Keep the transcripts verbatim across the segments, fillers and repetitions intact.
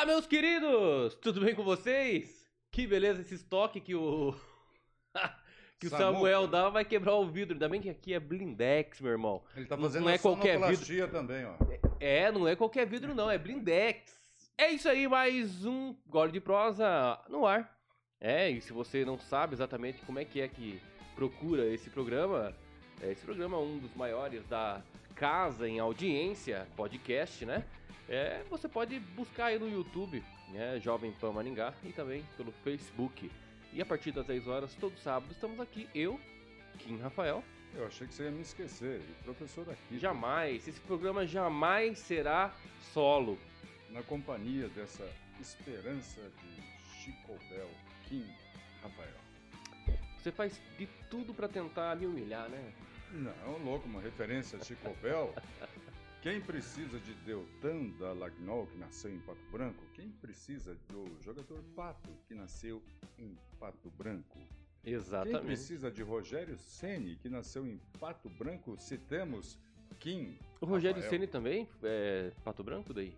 Olá, meus queridos! Tudo bem com vocês? Que beleza esse estoque que o que o Samuel dá, vai quebrar o vidro. Ainda bem que aqui é blindex, meu irmão. Ele tá fazendo não é qualquer vidro também, ó. É, não é qualquer vidro não, é blindex. É isso aí, mais um Gole de Prosa no ar. É, e se você não sabe exatamente como é que é que procura esse programa, esse programa é um dos maiores da casa em audiência, podcast, né? É, você pode buscar aí no YouTube, né, Jovem Pan Maringá, e também pelo Facebook. E a partir das dez horas, todo sábado, estamos aqui, eu, Kim Rafael. Eu achei que você ia me esquecer, e o professor aqui. Jamais, esse programa jamais será solo. Na companhia dessa esperança de Chico Bel, Kim Rafael. Você faz de tudo pra tentar me humilhar, né? Não, louco, uma referência a Chico Bel. Quem precisa de Deltan da Lagnol, que nasceu em Pato Branco? Quem precisa do jogador Pato, que nasceu em Pato Branco? Exatamente. Quem precisa de Rogério Ceni, que nasceu em Pato Branco? Citemos Kim O Rogério Rafael. Ceni também é Pato Branco daí?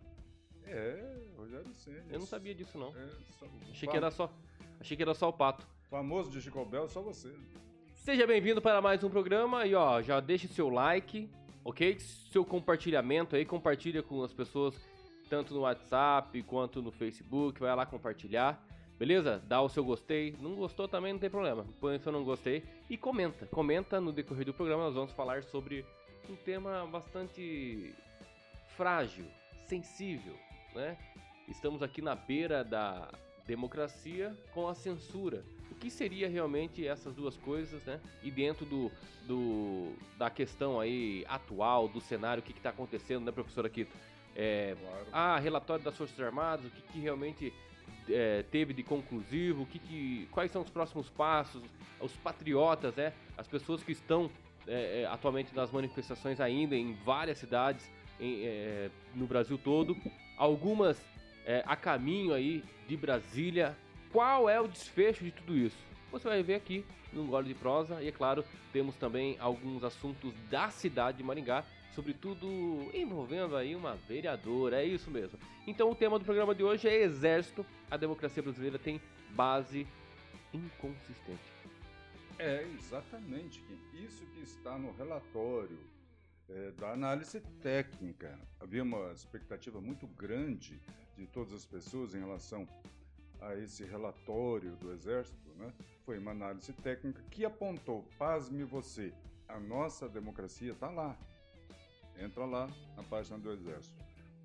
É, Rogério Ceni. Eu não sabia disso não. É, só... Achei que era só, achei que era só o Pato. Famoso de Chico Bel, só você. Seja bem-vindo para mais um programa e ó, já deixe seu like, ok? Seu compartilhamento aí, compartilha com as pessoas tanto no WhatsApp quanto no Facebook, vai lá compartilhar, beleza? Dá o seu gostei, não gostou também não tem problema, põe o seu não gostei e comenta, comenta no decorrer do programa, nós vamos falar sobre um tema bastante frágil, sensível, né? Estamos aqui na beira da democracia com a censura. O que seria realmente essas duas coisas, né? E dentro do, do da questão aí atual, do cenário, o que está acontecendo, né, professora Kito? É, Claro. Ah, relatório das Forças Armadas, o que, que realmente é, teve de conclusivo, o que, que, quais são os próximos passos, os patriotas, né? As pessoas que estão é, é, atualmente nas manifestações ainda em várias cidades em, é, no Brasil todo, algumas É, a caminho aí de Brasília. Qual é o desfecho de tudo isso? Você vai ver aqui no Gole de Prosa. E é claro, temos também alguns assuntos da cidade de Maringá, sobretudo envolvendo aí uma vereadora, é isso mesmo. Então o tema do programa de hoje é Exército. A democracia brasileira tem base inconsistente. É, exatamente, Kim. Isso que está no relatório é, da análise técnica. Havia uma expectativa muito grande de todas as pessoas em relação a esse relatório do Exército, né? Foi uma análise técnica que apontou, pasme você, a nossa democracia está lá. Entra lá na página do Exército.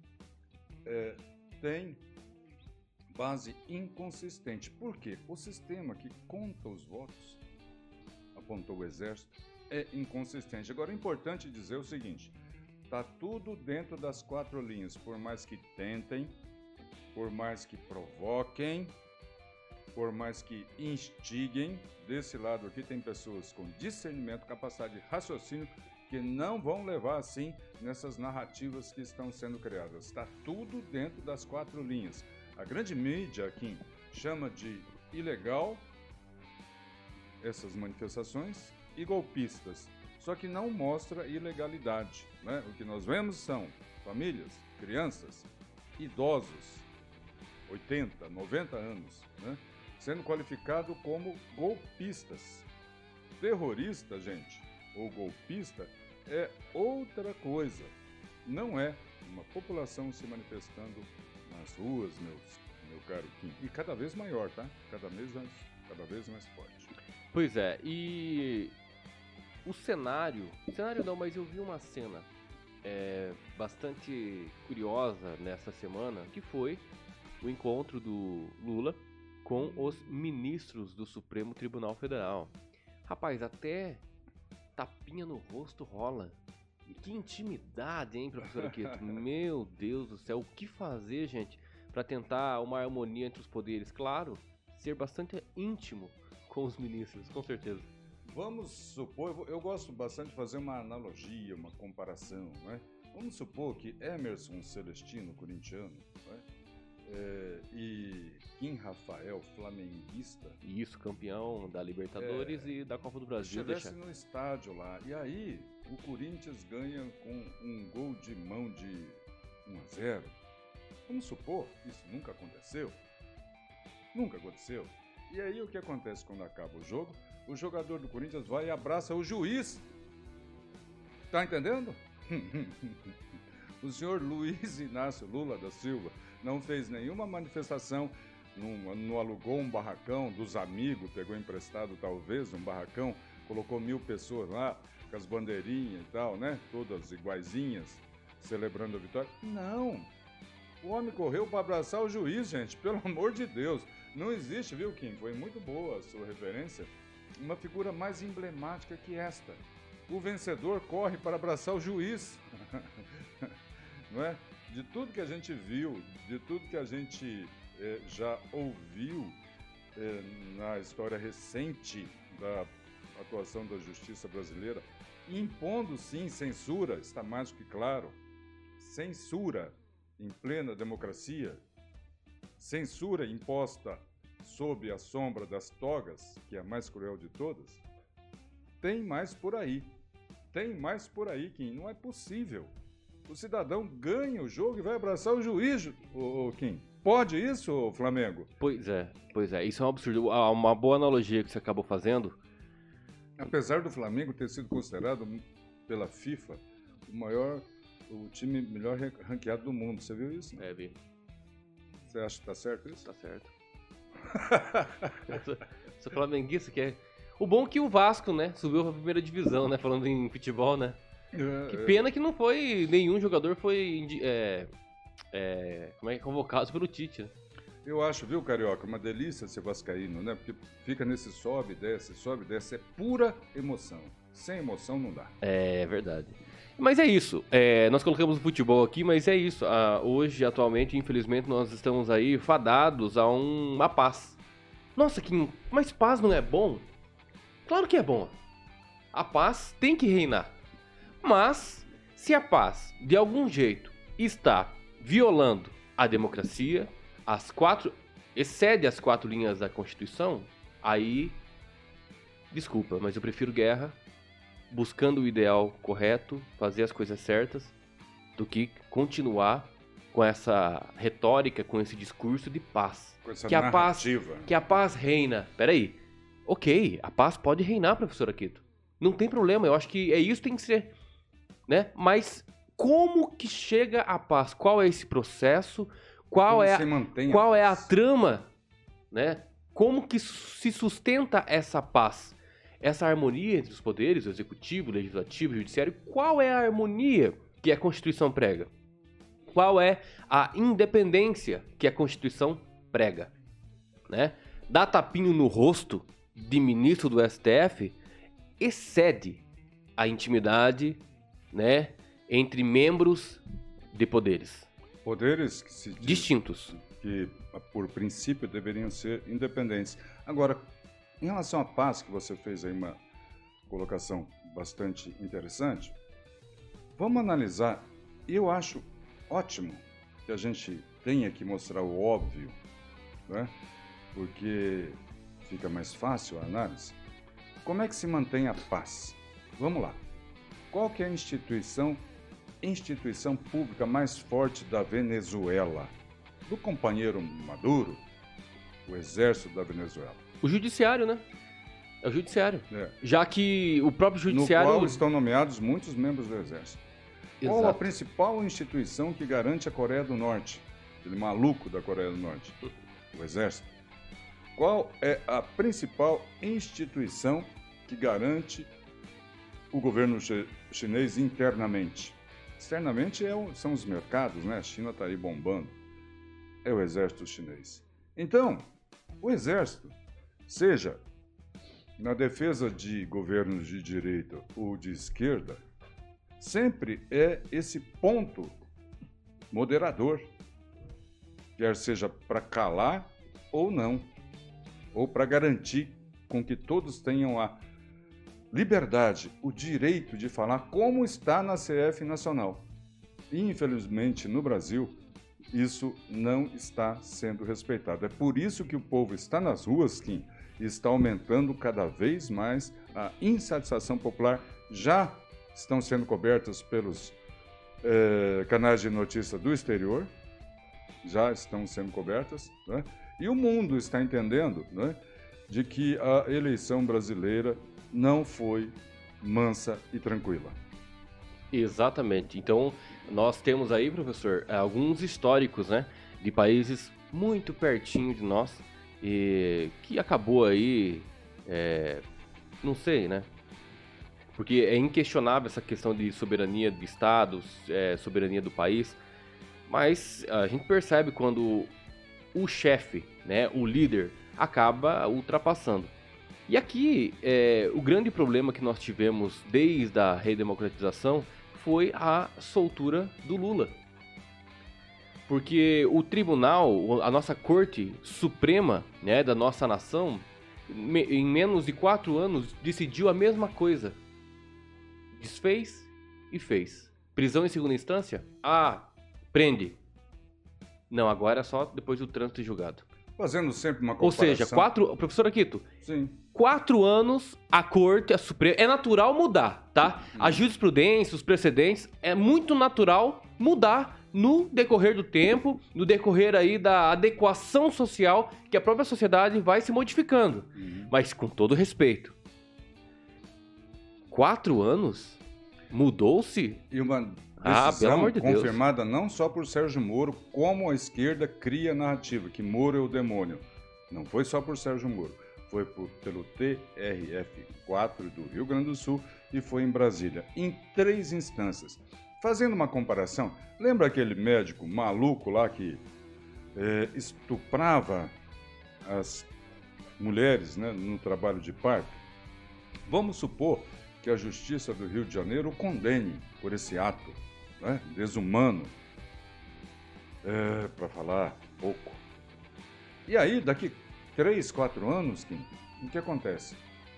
É, tem base inconsistente. Por quê? O sistema que conta os votos, apontou o Exército, é inconsistente. Agora é importante dizer o seguinte, está tudo dentro das quatro linhas, por mais que tentem, por mais que provoquem, por mais que instiguem, desse lado aqui tem pessoas com discernimento, capacidade de raciocínio, que não vão levar assim nessas narrativas que estão sendo criadas. Está tudo dentro das quatro linhas. A grande mídia aqui chama de ilegal essas manifestações e golpistas, só que não mostra ilegalidade, né? O que nós vemos são famílias, crianças, idosos, oitenta, noventa anos, né? Sendo qualificado como golpistas. Terrorista, gente, ou golpista, é outra coisa. Não é uma população se manifestando nas ruas, meus, meu caro Kim. E cada vez maior, tá? Cada vez mais, cada vez mais forte. Pois é, e o cenário, cenário não, mas eu vi uma cena é, bastante curiosa nessa semana, que foi o encontro do Lula com os ministros do Supremo Tribunal Federal. Rapaz, até tapinha no rosto rola. Que intimidade, hein, professor Aquito? Meu Deus do céu, o que fazer, gente, para tentar uma harmonia entre os poderes? Claro, ser bastante íntimo com os ministros, com certeza. Vamos supor, eu, eu gosto bastante de fazer uma analogia, uma comparação, né? Vamos supor que Emerson Celestino, corintiano, né? É, e Kim Rafael, flamenguista, Isso, campeão da Libertadores é, e da Copa do Brasil. estivesse Deixa... no estádio lá, e aí o Corinthians ganha com um gol de mão de um a zero. Vamos supor que isso nunca aconteceu. Nunca aconteceu. E aí o que acontece quando acaba o jogo? O jogador do Corinthians vai e abraça o juiz. Tá entendendo? O senhor Luiz Inácio Lula da Silva não fez nenhuma manifestação, não, não alugou um barracão dos amigos, pegou emprestado talvez um barracão, colocou mil pessoas lá, com as bandeirinhas e tal, né? Todas iguaizinhas, celebrando a vitória. Não! O homem correu para abraçar o juiz, gente, pelo amor de Deus. Não existe, viu, Kim? Foi muito boa a sua referência. Uma figura mais emblemática que esta. O vencedor corre para abraçar o juiz. Não é? De tudo que a gente viu, de tudo que a gente eh, já ouviu eh, na história recente da atuação da justiça brasileira, impondo, sim, censura, está mais do que claro, censura em plena democracia, censura imposta sob a sombra das togas, que é a mais cruel de todas, tem mais por aí. Tem mais por aí, Kim. Não é possível. O cidadão ganha o jogo e vai abraçar o juiz, ô, ô, Kim. Pode isso, ô, Flamengo? Pois é, pois é. Isso é um absurdo. Uma boa analogia que você acabou fazendo. Apesar do Flamengo ter sido considerado pela FIFA o maior, o time melhor ranqueado do mundo. Você viu isso? É, vi. Você acha que tá certo isso? Tá certo. eu sou, sou flamenguista, que é... O bom é que o Vasco, né, subiu pra primeira divisão, né, falando em futebol, né. É, que pena que não foi, nenhum jogador foi, é, é, como é que é, convocado pelo Tite, né. Eu acho, viu, Carioca, uma delícia ser vascaíno, né, porque fica nesse sobe, desce, sobe, desce, é pura emoção. Sem emoção não dá. É verdade. Mas é isso, é, nós colocamos o futebol aqui, mas é isso. Ah, hoje, atualmente, infelizmente, nós estamos aí fadados a um, uma paz. Nossa, que, mas paz não é bom? Claro que é bom. A paz tem que reinar. Mas, se a paz, de algum jeito, está violando a democracia, as quatro, excede as quatro linhas da Constituição, aí, desculpa, mas eu prefiro guerra, buscando o ideal correto, fazer as coisas certas, do que continuar com essa retórica, com esse discurso de paz. Com essa que a paz, narrativa. que a paz reina. Peraí. Ok, a paz pode reinar, professor Akito. Não tem problema, eu acho que é isso que tem que ser, né? Mas como que chega a paz? Qual é esse processo? Qual Como é se a, mantém qual a é a paz? trama, né? Como que se sustenta essa paz? Essa harmonia entre os poderes, o executivo, o legislativo, o judiciário, qual é a harmonia que a Constituição prega? Qual é a independência que a Constituição prega, né? Dar tapinho no rosto de ministro do S T F excede a intimidade, né, entre membros de poderes Poderes que se diz distintos. que, por princípio, deveriam ser independentes. Agora, em relação à paz, que você fez aí uma colocação bastante interessante, vamos analisar. Eu acho ótimo que a gente tenha que mostrar o óbvio, né? Porque fica mais fácil a análise. Como é que se mantém a paz? Vamos lá. Qual que é a instituição, instituição pública mais forte da Venezuela? Do companheiro Maduro, o exército da Venezuela. O judiciário, né? É o judiciário. É. Já que o próprio judiciário... No qual estão nomeados muitos membros do exército. Qual a Exato. principal instituição que garante a Coreia do Norte? Aquele maluco da Coreia do Norte. O exército. Qual é a principal instituição que garante o governo chi- chinês internamente? Externamente é o- são os mercados, né? A China está aí bombando. É o exército chinês. Então, o exército, seja na defesa de governos de direita ou de esquerda, sempre é esse ponto moderador, quer seja para calar ou não, ou para garantir com que todos tenham a liberdade, o direito de falar como está na C F nacional. E, infelizmente, no Brasil, isso não está sendo respeitado. É por isso que o povo está nas ruas, Kim, e está aumentando cada vez mais a insatisfação popular. Já estão sendo cobertas pelos eh, canais de notícia do exterior, já estão sendo cobertas, né? E o mundo está entendendo, né, de que a eleição brasileira não foi mansa e tranquila. Exatamente. Então, nós temos aí, professor, alguns históricos, né, de países muito pertinho de nós e que acabou aí, é, não sei, né? Porque é inquestionável essa questão de soberania de estados, é, soberania do país, mas a gente percebe quando o chefe, né, o líder, acaba ultrapassando. E aqui, é, o grande problema que nós tivemos desde a redemocratização foi a soltura do Lula. Porque o tribunal, a nossa Corte Suprema, né, da nossa nação, em menos de quatro anos, decidiu a mesma coisa. Desfez e fez. Prisão em segunda instância? Ah, prende. Não, agora é só depois do trânsito e julgado. Fazendo sempre uma comparação. Ou seja, quatro... Professor Aquito, sim. Quatro anos, a Corte, a Suprema... É natural mudar, tá? Uhum. A jurisprudência, os precedentes, é muito natural mudar no decorrer do tempo, no decorrer aí da adequação social, que a própria sociedade vai se modificando. Uhum. Mas com todo respeito. Quatro anos? Mudou-se? E uma decisão ah, pelo amor de confirmada Deus. Não só por Sérgio Moro, como a esquerda cria a narrativa, que Moro é o demônio. Não foi só por Sérgio Moro. Foi por, pelo T R F quatro do Rio Grande do Sul e foi em Brasília, em três instâncias. Fazendo uma comparação, lembra aquele médico maluco lá que é, estuprava as mulheres, né, no trabalho de parto? Vamos supor que a Justiça do Rio de Janeiro o condene por esse ato, né, desumano, é, para falar pouco. E aí, daqui três, quatro anos, Kim, o que acontece?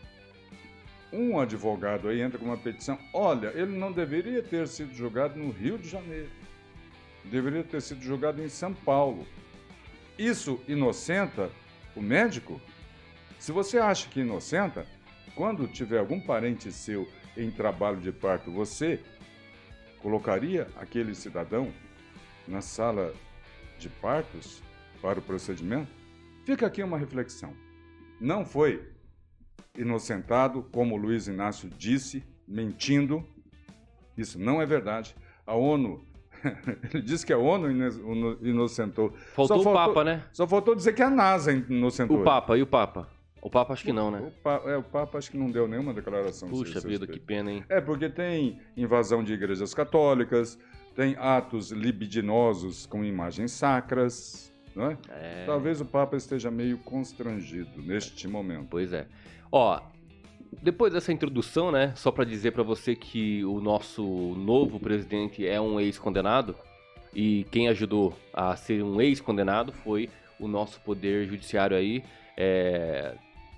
Um advogado aí entra com uma petição, olha, ele não deveria ter sido julgado no Rio de Janeiro, deveria ter sido julgado em São Paulo. Isso inocenta o médico? Se você acha que inocenta, quando tiver algum parente seu em trabalho de parto, você colocaria aquele cidadão na sala de partos para o procedimento? Fica aqui uma reflexão. Não foi inocentado, como o Luiz Inácio disse, mentindo. Isso não é verdade. A ONU, ele disse que a ONU inocentou. Faltou o faltou, Papa, né? Só faltou dizer que a NASA inocentou. O Papa, e o Papa? O Papa acho que não, né? O Papa, é, o Papa acho que não deu nenhuma declaração. Puxa vida, que pena, hein? É, porque tem invasão de igrejas católicas, tem atos libidinosos com imagens sacras, não é? É... Talvez o Papa esteja meio constrangido neste momento. Pois é. Ó, depois dessa introdução, né, só para dizer para você que o nosso novo presidente é um ex-condenado, e quem ajudou a ser um ex-condenado foi o nosso poder judiciário aí, é...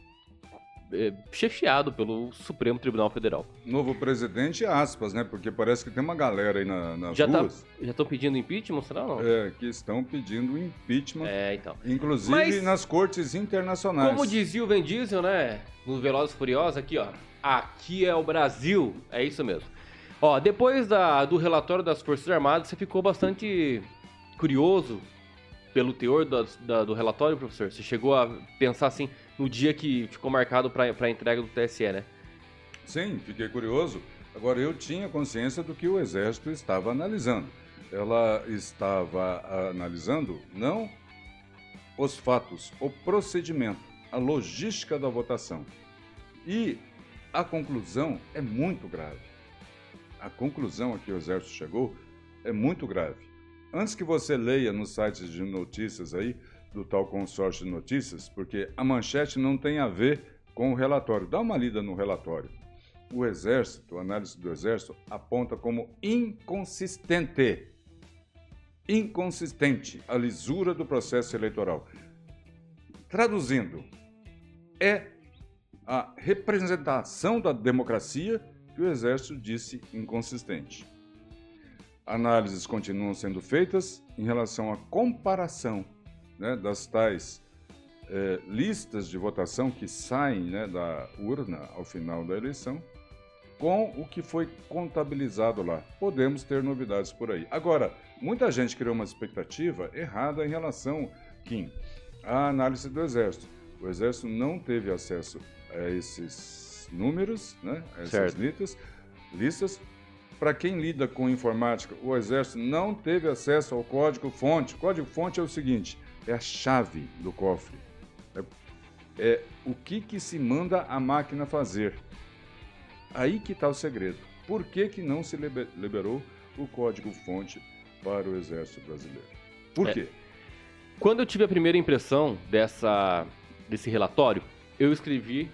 É, chefiado pelo Supremo Tribunal Federal. Novo presidente, aspas, né? Porque parece que tem uma galera aí na, nas já ruas. Tá, já estão pedindo impeachment, será ou não? É, que estão pedindo impeachment. É, então. Inclusive Mas, nas cortes internacionais. Como dizia o Vin Diesel, né? No Velozes e Furiosos, aqui, ó. Aqui é o Brasil. É isso mesmo. Ó, depois da, do relatório das Forças Armadas, você ficou bastante curioso pelo teor do, da, do relatório, professor? Você chegou a pensar assim, no dia que ficou marcado para a entrega do T S E, né? Sim, fiquei curioso. Agora, eu tinha consciência do que o Exército estava analisando. Ela estava analisando não os fatos, o procedimento, a logística da votação. E a conclusão é muito grave. A conclusão a que o Exército chegou é muito grave. Antes que você leia nos sites de notícias aí, do tal consórcio de notícias, porque a manchete não tem a ver com o relatório. Dá uma lida no relatório. O Exército, a análise do Exército, aponta como inconsistente. Inconsistente a lisura do processo eleitoral. Traduzindo, é a representação da democracia que o Exército disse inconsistente. Análises continuam sendo feitas em relação à comparação, né, das tais é, listas de votação que saem, né, da urna ao final da eleição com o que foi contabilizado lá. Podemos ter novidades por aí. Agora, muita gente criou uma expectativa errada em relação, Kim, à análise do Exército. O Exército não teve acesso a esses números, né, a essas Certo. listas. listas. Para quem lida com informática, o Exército não teve acesso ao código-fonte. O código-fonte é o seguinte, é a chave do cofre. É, é o que, que se manda a máquina fazer. Aí que está o segredo. Por que, que não se liber- liberou o código-fonte para o Exército Brasileiro? Por É. quê? Quando eu tive a primeira impressão dessa, desse relatório, eu escrevi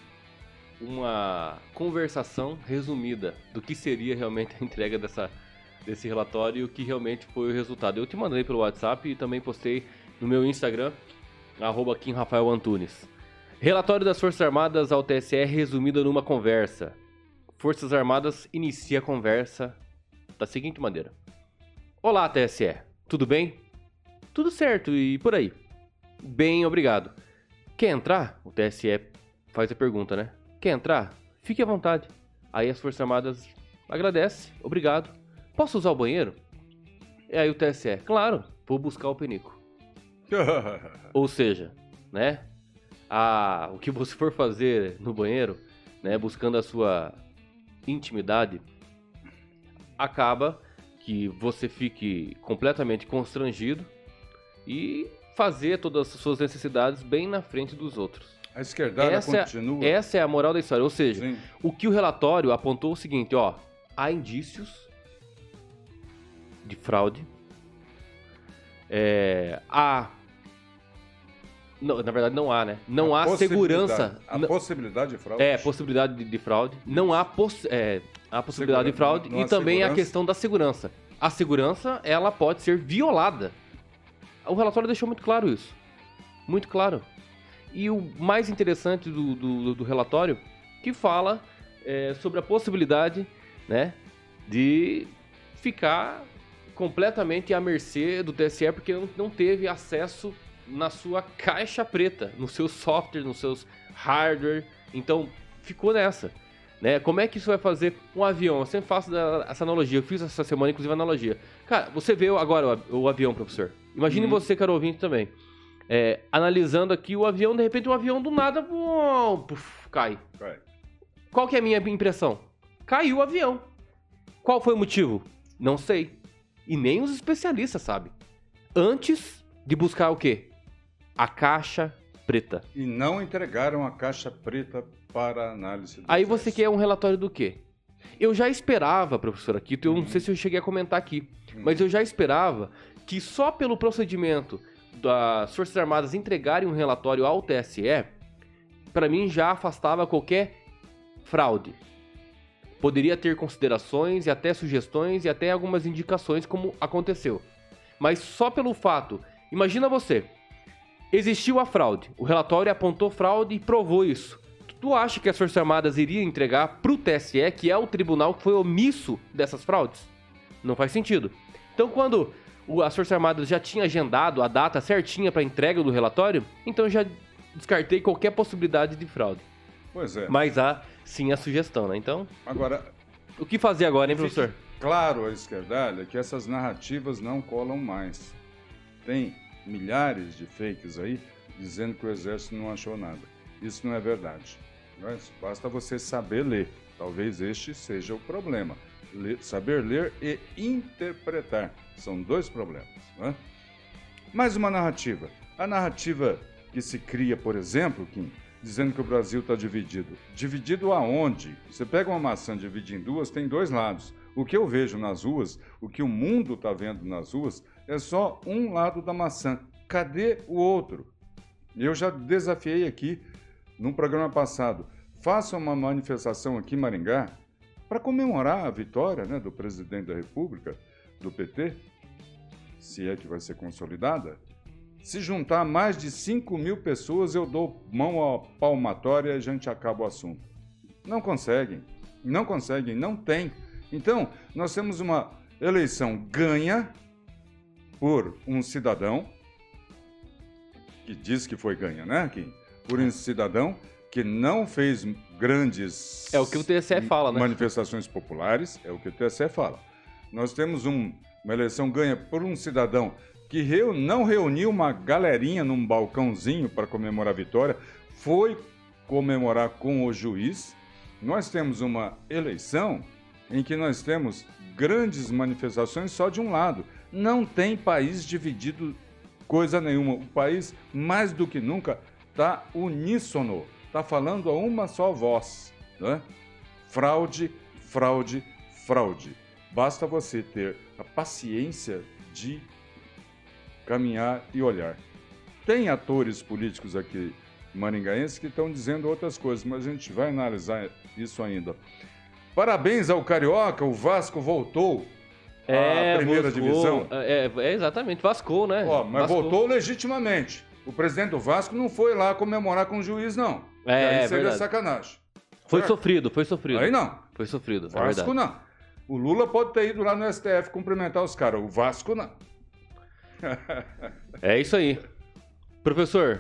uma conversação resumida do que seria realmente a entrega dessa, desse relatório e o que realmente foi o resultado. Eu te mandei pelo WhatsApp e também postei no meu Instagram, arroba Kim Rafael Antunes. Relatório das Forças Armadas ao T S E resumido numa conversa. Forças Armadas inicia a conversa da seguinte maneira. Olá, T S E. Tudo bem? Tudo certo, e por aí? Bem, obrigado. Quer entrar? O T S E faz a pergunta, né? Quer entrar? Fique à vontade. Aí as Forças Armadas agradecem, obrigado. Posso usar o banheiro? E aí o T S E, claro, vou buscar o penico. Ou seja, né? A, o que você for fazer no banheiro, né? Buscando a sua intimidade, acaba que você fique completamente constrangido e fazer todas as suas necessidades bem na frente dos outros. A esquerdalha Essa, continua... essa é a moral da história. Ou seja, Sim. o que o relatório apontou é o seguinte, ó, há indícios de fraude, é, há... Não, na verdade não há, né? Não A há possibilidade- segurança... A N- possibilidade de fraude. É, possibilidade de, de fraude. Não há, poss é, há possibilidade de Segura- fraude não há e também a segurança. questão da segurança. A segurança, ela pode ser violada. O relatório deixou muito claro isso. Muito claro. E o mais interessante do, do, do relatório, que fala é, sobre a possibilidade, né, de ficar completamente à mercê do T S E porque não, não teve acesso na sua caixa preta, no seu software, nos seus hardware. Então, ficou nessa. Né? Como é que isso vai fazer um avião? Eu sempre faço da- essa analogia. Eu fiz essa semana, inclusive, a analogia. Cara, você vê agora o, av- o avião, professor. Imagine Uhum. você, caro ouvinte, também. É, analisando aqui o avião, de repente o avião do nada uou, puf, cai. Vai. Qual que é a minha impressão? Caiu o avião. Qual foi o motivo? Não sei. E nem os especialistas sabem. Antes de buscar o quê? A caixa preta. E não entregaram a caixa preta para análise do Aí você Exército. quer um relatório do quê? Eu já esperava, professor, aqui, eu não Uhum. sei se eu cheguei a comentar aqui, Hum. mas eu já esperava que só pelo procedimento das Forças Armadas entregarem um relatório ao T S E, para mim já afastava qualquer fraude. Poderia ter considerações e até sugestões e até algumas indicações como aconteceu. Mas só pelo fato, imagina você, existiu a fraude, o relatório apontou fraude e provou isso. Tu acha que as Forças Armadas iriam entregar pro T S E, que é o tribunal que foi omisso dessas fraudes? Não faz sentido. Então, quando o- as Forças Armadas já tinham agendado a data certinha para entrega do relatório, então eu já descartei qualquer possibilidade de fraude. Pois é. Mas há sim a sugestão, né? Então, Agora, o que fazer agora, hein, professor? fique claro a esquerdalha que essas narrativas não colam mais. Tem milhares de fakes aí dizendo que o Exército não achou nada. Isso não é verdade. Mas basta você saber ler. Talvez este seja o problema. Ler- saber ler e interpretar. São dois problemas. Não é? Mais uma narrativa. A narrativa que se cria, por exemplo, Kim, dizendo que o Brasil está dividido. Dividido aonde? Você pega uma maçã e divide em duas, tem dois lados. O que eu vejo nas ruas, o que o mundo está vendo nas ruas, é só um lado da maçã. Cadê o outro? Eu já desafiei aqui, num programa passado, faça uma manifestação aqui em Maringá para comemorar a vitória, né, do presidente da República, do P T, se é que vai ser consolidada. Se juntar mais de cinco mil pessoas, eu dou mão à palmatória e a gente acaba o assunto. Não conseguem, não conseguem, não tem. Então, nós temos uma eleição ganha por um cidadão, que diz que foi ganha, né, Kim? Por um cidadão que não fez grandes É o que o T S E fala, né? manifestações populares, é o que o T S E fala. Nós temos um, uma eleição ganha por um cidadão que reu, não reuniu uma galerinha num balcãozinho para comemorar a vitória, foi comemorar com o juiz. Nós temos uma eleição em que nós temos grandes manifestações só de um lado. Não tem país dividido coisa nenhuma. O país, mais do que nunca, está uníssono. Está falando a uma só voz, né? Fraude, fraude, fraude. Basta você ter a paciência de caminhar e olhar. Tem atores políticos aqui maringaenses que estão dizendo outras coisas, mas a gente vai analisar isso ainda. Parabéns ao Carioca, o Vasco voltou É, à primeira Vascou. divisão. É, é exatamente, Vascou, né? Ó, mas Vascou. voltou legitimamente. O presidente do Vasco não foi lá comemorar com o juiz, não. É, e aí é seria verdade. sacanagem. Foi Certo? sofrido, foi sofrido. Aí não. Foi sofrido, é Vasco verdade. não. O Lula pode ter ido lá no S T F cumprimentar os caras. O Vasco não. É isso aí. Professor,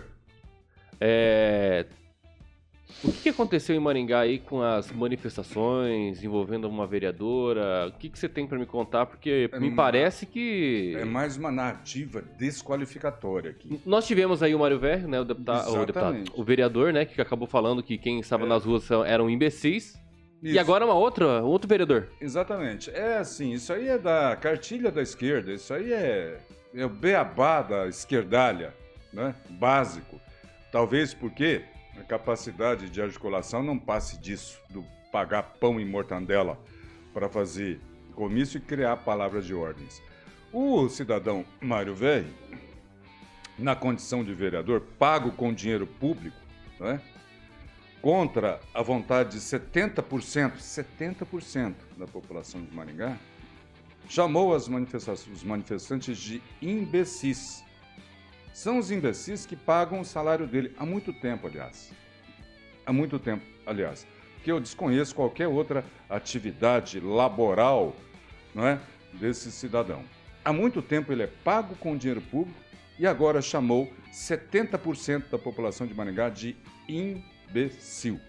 é... o que que aconteceu em Maringá aí com as manifestações envolvendo uma vereadora? O que que você tem para me contar? Porque É me uma- parece que... É mais uma narrativa desqualificatória aqui. Nós tivemos aí o Mário Verri, né, o deputado, o, deputado, Exatamente. o vereador, né, que acabou falando que quem estava nas ruas são- eram imbecis. E Isso. agora uma outra, um outro vereador. Exatamente. É assim, isso aí é da cartilha da esquerda, isso aí é, é o beabá da esquerdalha, né? Básico. Talvez porque a capacidade de articulação não passe disso, do pagar pão e mortandela para fazer comício e criar palavras de ordens. O cidadão Mário Verri, na condição de vereador, pago com dinheiro público, né? Contra a vontade de setenta por cento, setenta por cento da população de Maringá, chamou as manifestações, os manifestantes de imbecis. São os imbecis que pagam o salário dele há muito tempo, aliás. Há muito tempo, aliás. Porque eu desconheço qualquer outra atividade laboral, não é, desse cidadão. Há muito tempo ele é pago com dinheiro público e agora chamou setenta por cento da população de Maringá de imbecis. Imbecil.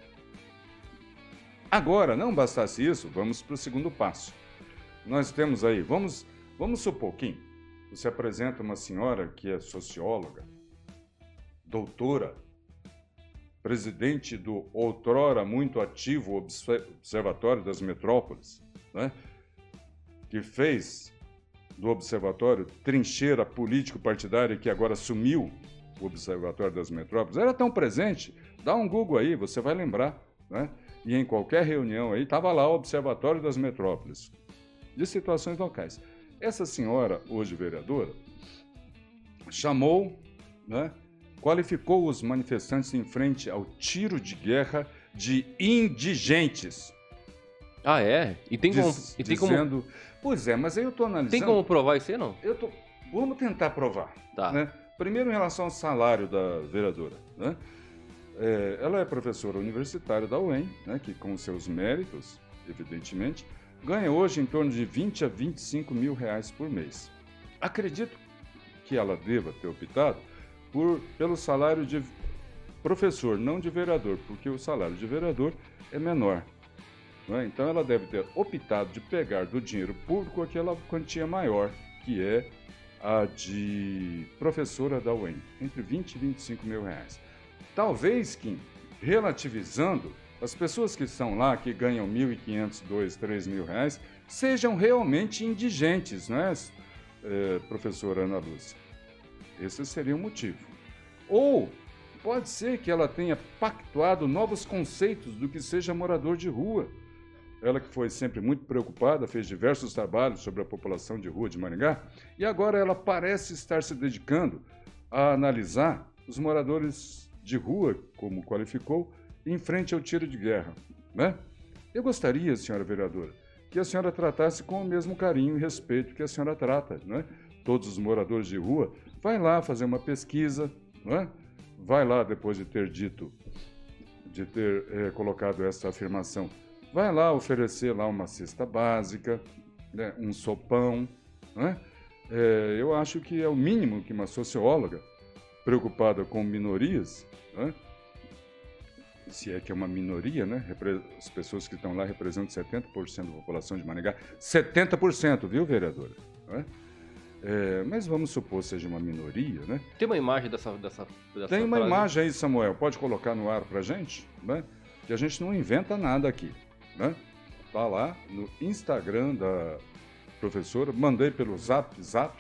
Agora, não bastasse isso, vamos para o segundo passo. Nós temos aí, vamos, vamos supor, Kim, você apresenta uma senhora que é socióloga, doutora, presidente do outrora muito ativo Observatório das Metrópoles, né? Que fez do Observatório trincheira político-partidária que agora sumiu o Observatório das Metrópoles. Era tão presente. Dá um Google aí, você vai lembrar, né? E em qualquer reunião aí, estava lá o Observatório das Metrópoles, de situações locais. Essa senhora, hoje vereadora, chamou, né, qualificou os manifestantes em frente ao tiro de guerra de indigentes. Ah, é? E tem como... Diz- E tem dizendo, pois é, mas aí eu estou analisando... como, tem como provar isso aí, não? Eu tô, vamos tentar provar. Tá. Né? Primeiro, em relação ao salário da vereadora, né? É, ela é professora universitária da U E M, né, que com seus méritos, evidentemente, ganha hoje em torno de vinte a vinte e cinco mil reais por mês. Acredito que ela deva ter optado por, pelo salário de professor, não de vereador, porque o salário de vereador é menor. Não é? Então ela deve ter optado de pegar do dinheiro público aquela quantia maior, que é a de professora da U E M, entre vinte e vinte e cinco mil reais. Talvez, Kim, relativizando, as pessoas que estão lá, que ganham mil e quinhentos, dois, três mil reais, sejam realmente indigentes, não é, é, professora Ana Lúcia? Esse seria o motivo. Ou pode ser que ela tenha pactuado novos conceitos do que seja morador de rua. Ela que foi sempre muito preocupada, fez diversos trabalhos sobre a população de rua de Maringá, e agora ela parece estar se dedicando a analisar os moradores de rua, como qualificou, em frente ao tiro de guerra, né? Eu gostaria, senhora vereadora, que a senhora tratasse com o mesmo carinho e respeito que a senhora trata, né? Todos os moradores de rua, vai lá fazer uma pesquisa, né? Vai lá, depois de ter dito, de ter é, colocado essa afirmação, vai lá oferecer lá uma cesta básica, né? Um sopão, né? É, eu acho que é o mínimo que uma socióloga preocupada com minorias, né, se é que é uma minoria, né? As pessoas que estão lá representam setenta por cento da população de Maringá. setenta por cento, viu, vereadora? Não é? É, mas vamos supor que seja uma minoria, né? Tem uma imagem dessa... dessa, dessa Tem uma frase? imagem aí, Samuel. Pode colocar no ar pra gente? Né? Que a gente não inventa nada aqui, né? Tá lá no Instagram da professora. Mandei pelo Zap, Zap.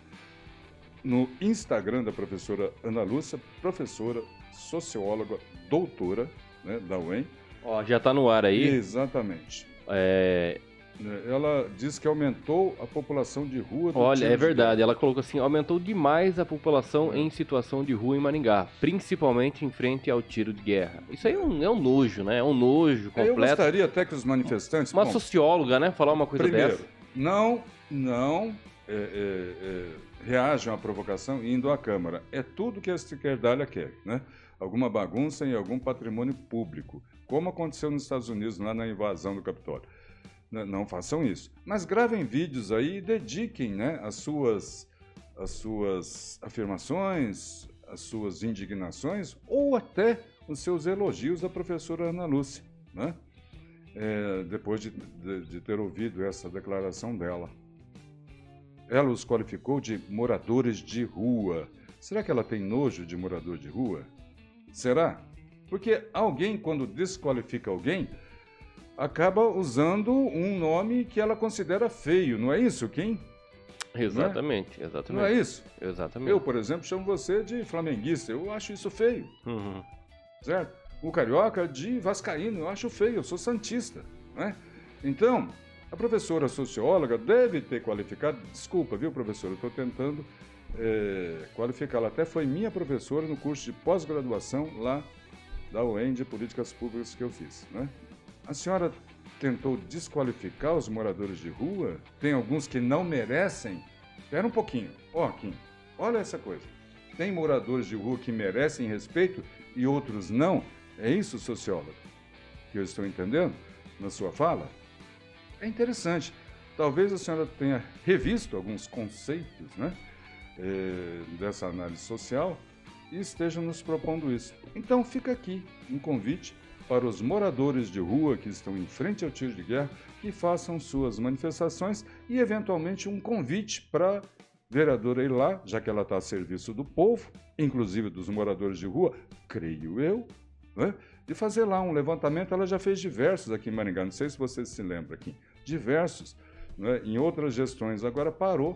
No Instagram da professora Ana Lúcia, professora, socióloga, doutora, né, da U E M. Ó, já tá no ar aí. Exatamente. É... Ela diz que aumentou a população de rua. Do Olha, é verdade. Guerra. Ela colocou assim, aumentou demais a população é. em situação de rua em Maringá, principalmente em frente ao tiro de guerra. Isso aí é um, é um nojo, né? É um nojo completo. Eu gostaria até que os manifestantes... Uma bom, socióloga, né? Falar uma coisa primeiro, dessa. não, não é, é, é, reajam à provocação indo à Câmara. É tudo que a esquerdalha quer, né? Alguma bagunça em algum patrimônio público, como aconteceu nos Estados Unidos, lá na invasão do Capitólio. Não, não façam isso. Mas gravem vídeos aí e dediquem, né, as suas, as suas afirmações, as suas indignações ou até os seus elogios à professora Ana Lúcia, né? É, depois de, de, de ter ouvido essa declaração dela. Ela os qualificou de moradores de rua. Será que ela tem nojo de morador de rua? Será? Porque alguém, quando desqualifica alguém, acaba usando um nome que ela considera feio, não é isso, Kim? Exatamente, não é? exatamente. Não é isso? Exatamente. Eu, por exemplo, chamo você de flamenguista, eu acho isso feio, Uhum. certo? O carioca de vascaíno, eu acho feio, eu sou santista, né? Então, a professora socióloga deve ter qualificado, desculpa, viu, professora, eu estou tentando é, qualificá-la, até foi minha professora no curso de pós-graduação lá da U E M de Políticas Públicas que eu fiz, né? A senhora tentou desqualificar os moradores de rua? Tem alguns que não merecem? Espera um pouquinho. Ó, oh, Kim, olha essa coisa. Tem moradores de rua que merecem respeito e outros não? É isso, sociólogo, que eu estou entendendo na sua fala? É interessante. Talvez a senhora tenha revisto alguns conceitos, né, é, dessa análise social e esteja nos propondo isso. Então fica aqui um convite para os moradores de rua que estão em frente ao tiro de guerra, que façam suas manifestações e, eventualmente, um convite para a vereadora ir lá, já que ela está a serviço do povo, inclusive dos moradores de rua, creio eu, né, de fazer lá um levantamento. Ela já fez diversos aqui em Maringá, não sei se você se lembra aqui, diversos, né, em outras gestões. Agora parou,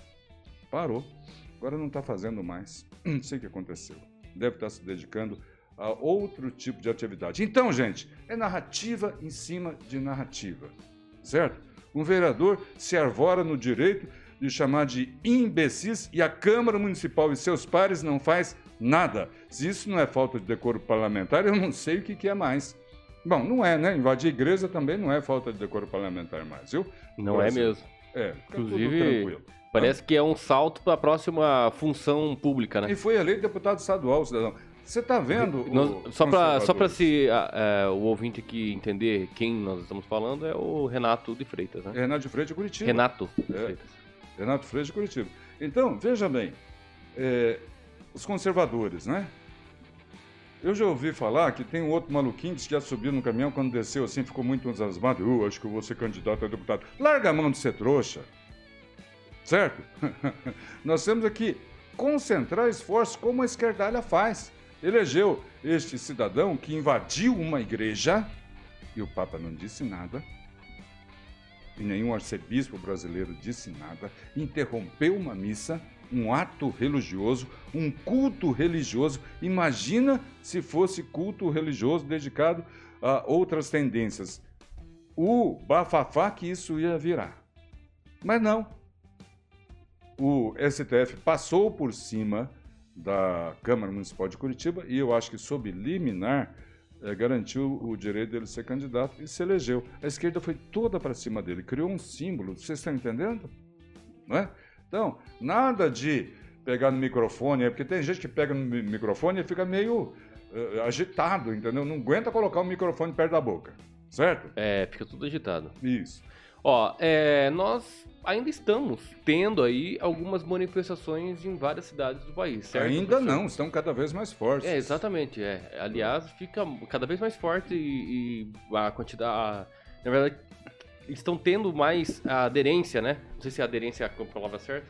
parou, agora não está fazendo mais, não sei o que aconteceu, deve estar se dedicando a outro tipo de atividade. Então, gente, é narrativa em cima de narrativa, certo? Um vereador se arvora no direito de chamar de imbecis e a Câmara Municipal e seus pares não faz nada. Se isso não é falta de decoro parlamentar, eu não sei o que, que é mais. Bom, não é, né? Invadir igreja também não é falta de decoro parlamentar mais, viu? Não é mesmo. É, fica inclusive, tudo tranquilo. Parece que é um salto para a próxima função pública, né? E foi eleito deputado estadual, cidadão. Você está vendo? Nós, só para só para se uh, uh, o ouvinte aqui entender quem nós estamos falando, é o Renato de Freitas, né? Renato de Freitas de Curitiba. Renato de é, Freitas. Renato Freitas de Curitiba. Então, veja bem, é, os conservadores, né? Eu já ouvi falar que tem um outro maluquinho que já subiu no caminhão quando desceu assim, ficou muito entusiasmado. Eu acho que eu vou ser candidato a deputado. Larga a mão de ser trouxa, certo? Nós temos aqui concentrar esforços como a esquerdalha faz. Elegeu este cidadão que invadiu uma igreja e o Papa não disse nada, e nenhum arcebispo brasileiro disse nada, interrompeu uma missa, um ato religioso, um culto religioso. Imagina se fosse culto religioso dedicado a outras tendências. O bafafá que isso ia virar. Mas não. O S T F passou por cima da Câmara Municipal de Curitiba e eu acho que sob liminar é, garantiu o direito dele ser candidato e se elegeu. A esquerda foi toda para cima dele, criou um símbolo, vocês estão entendendo? Não é? Então, nada de pegar no microfone, é porque tem gente que pega no microfone e fica meio uh, agitado, entendeu? Não aguenta colocar o microfone perto da boca, certo? É, fica tudo agitado. Isso. Ó, é, nós ainda estamos tendo aí algumas manifestações em várias cidades do país, certo? Ainda professor? não, estão cada vez mais fortes. É, exatamente. É. Aliás, fica cada vez mais forte e, e a quantidade... A, na verdade, estão tendo mais a aderência, né? Não sei se a aderência é a palavra certa.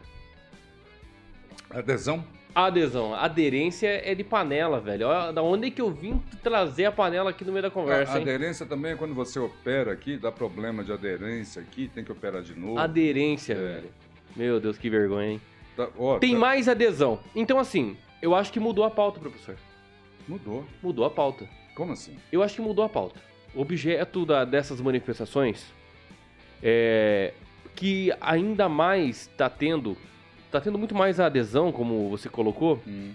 Adesão? Adesão. Aderência é de panela, velho. Olha da onde é que eu vim trazer a panela aqui no meio da conversa, A hein? aderência também é quando você opera aqui, dá problema de aderência aqui, tem que operar de novo. Aderência, É. velho. Meu Deus, que vergonha, hein? Tá, ó, Tem tá- mais adesão. Então, assim, eu acho que mudou a pauta, professor. Mudou. Mudou a pauta. Como assim? Eu acho que mudou a pauta. O objeto da- dessas manifestações é que ainda mais tá tendo, tá tendo muito mais adesão, como você colocou, Hum.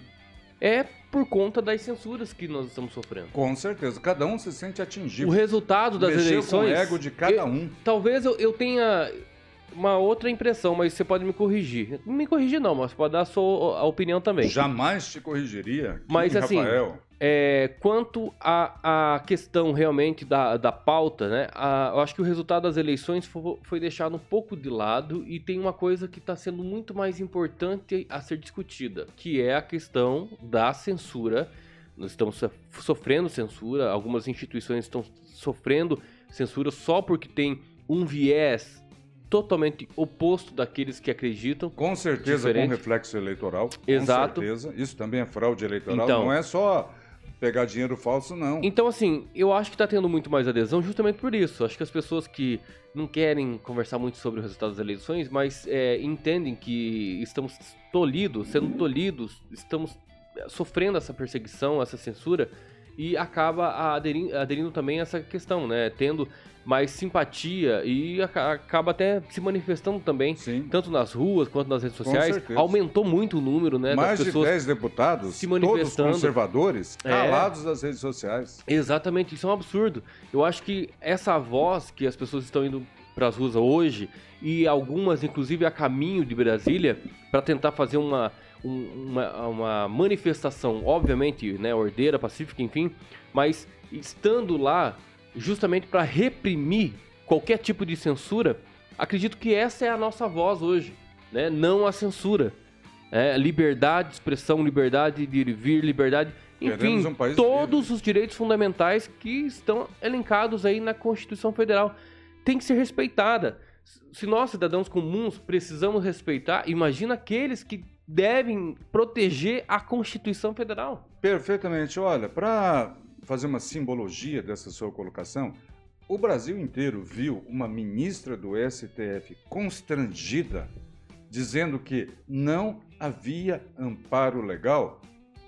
é por conta das censuras que nós estamos sofrendo. Com certeza, cada um se sente atingido. O resultado das Mexeu eleições... com o ego de cada eu- um. Talvez eu, eu tenha uma outra impressão, mas você pode me corrigir. Não me corrigir não, mas pode dar a sua a opinião também. Jamais te corrigiria. Mas, Kim assim, Rafael. É, quanto à à questão realmente da, da pauta, né? a- eu acho que o resultado das eleições fo- foi deixado um pouco de lado e tem uma coisa que está sendo muito mais importante a ser discutida, que é a questão da censura. Nós estamos so- sofrendo censura, algumas instituições estão sofrendo censura só porque tem um viés totalmente oposto daqueles que acreditam. Com certeza Diferente. com reflexo eleitoral. Exato. Com certeza. Isso também é fraude eleitoral. Então. Não é só pegar dinheiro falso, não. Então, assim, eu acho que tá tendo muito mais adesão justamente por isso. Acho que as pessoas que não querem conversar muito sobre o resultado das eleições, mas é, entendem que estamos tolhidos, sendo tolhidos, estamos sofrendo essa perseguição, essa censura, e acaba aderindo, aderindo também a essa questão, né? Tendo mais simpatia e aca- acaba até se manifestando também, Sim. tanto nas ruas quanto nas redes Com sociais. certeza. Aumentou muito o número, né, Mais das pessoas. de dez deputados, se todos manifestando. conservadores, É. calados das redes sociais. Exatamente, isso é um absurdo. Eu acho que essa voz que as pessoas estão indo para as ruas hoje, e algumas inclusive a caminho de Brasília, para tentar fazer uma, um- uma, uma manifestação, obviamente, né, ordeira, pacífica, enfim, mas estando lá justamente para reprimir qualquer tipo de censura, acredito que essa é a nossa voz hoje, né? Não a censura. É, liberdade de expressão, liberdade de ir e vir, liberdade... Enfim, Queremos um país todos livre. os direitos fundamentais que estão elencados aí na Constituição Federal tem que ser respeitada. Se nós, cidadãos comuns, precisamos respeitar, imagina aqueles que devem proteger a Constituição Federal. Perfeitamente. Olha, para fazer uma simbologia dessa sua colocação, o Brasil inteiro viu uma ministra do S T F constrangida, dizendo que não havia amparo legal,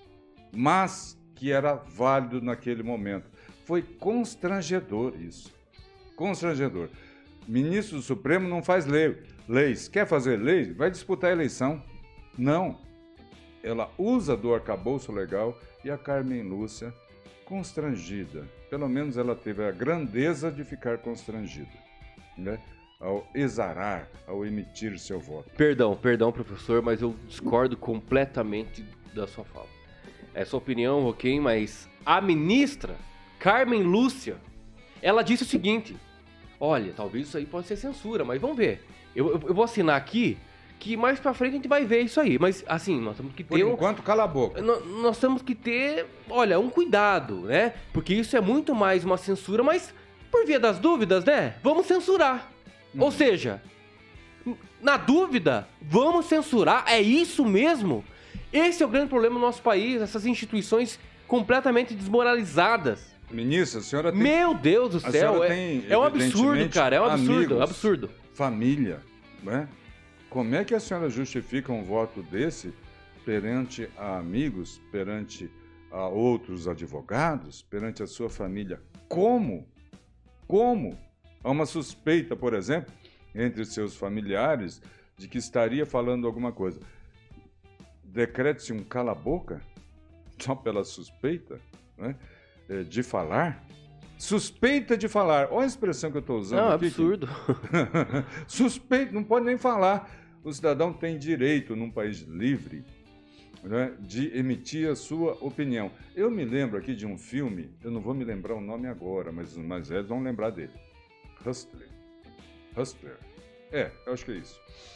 mas que era válido naquele momento. Foi constrangedor isso. Constrangedor. Ministro do Supremo não faz lei, leis. Quer fazer lei? Vai disputar a eleição. Não. Ela usa do arcabouço legal e a Carmen Lúcia constrangida. Pelo menos ela teve a grandeza de ficar constrangida, né? Ao exarar, ao emitir seu voto. Perdão, perdão, professor, mas eu discordo completamente da sua fala. É sua opinião, ok, mas a ministra Carmen Lúcia, ela disse o seguinte: olha, talvez isso aí possa ser censura, mas vamos ver. Eu, eu, eu vou assinar aqui, que mais pra frente a gente vai ver isso aí. Mas, assim, nós temos que Por ter um... enquanto, cala a boca. nó- Nós temos que ter, olha, um cuidado, né? Porque isso é muito mais uma censura, mas por via das dúvidas, né? Vamos censurar. Uhum. Ou seja, na dúvida, vamos censurar. É isso mesmo? Esse é o grande problema do nosso país, essas instituições completamente desmoralizadas. Ministra, a senhora tem Meu Deus do a céu, senhora é, tem, é um absurdo, evidentemente, cara, é um absurdo, amigos, absurdo. família, né? Como é que a senhora justifica um voto desse perante a amigos, perante a outros advogados, perante a sua família? Como? Como? Há uma suspeita, por exemplo, entre seus familiares de que estaria falando alguma coisa. Decrete-se um cala-boca só pela suspeita, né, eh, de falar? Suspeita de falar. Olha a expressão que eu estou usando Não, aqui. absurdo. Suspeito, não pode nem falar. O cidadão tem direito, num país livre, né, de emitir a sua opinião. Eu me lembro aqui de um filme, eu não vou me lembrar o nome agora, mas os mais velhos vão lembrar dele. Hustler. Hustler. É, eu acho que é isso.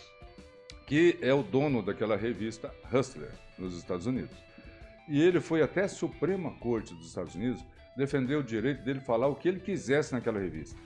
Que é o dono daquela revista Hustler, nos Estados Unidos. E ele foi até a Suprema Corte dos Estados Unidos defender o direito dele falar o que ele quisesse naquela revista.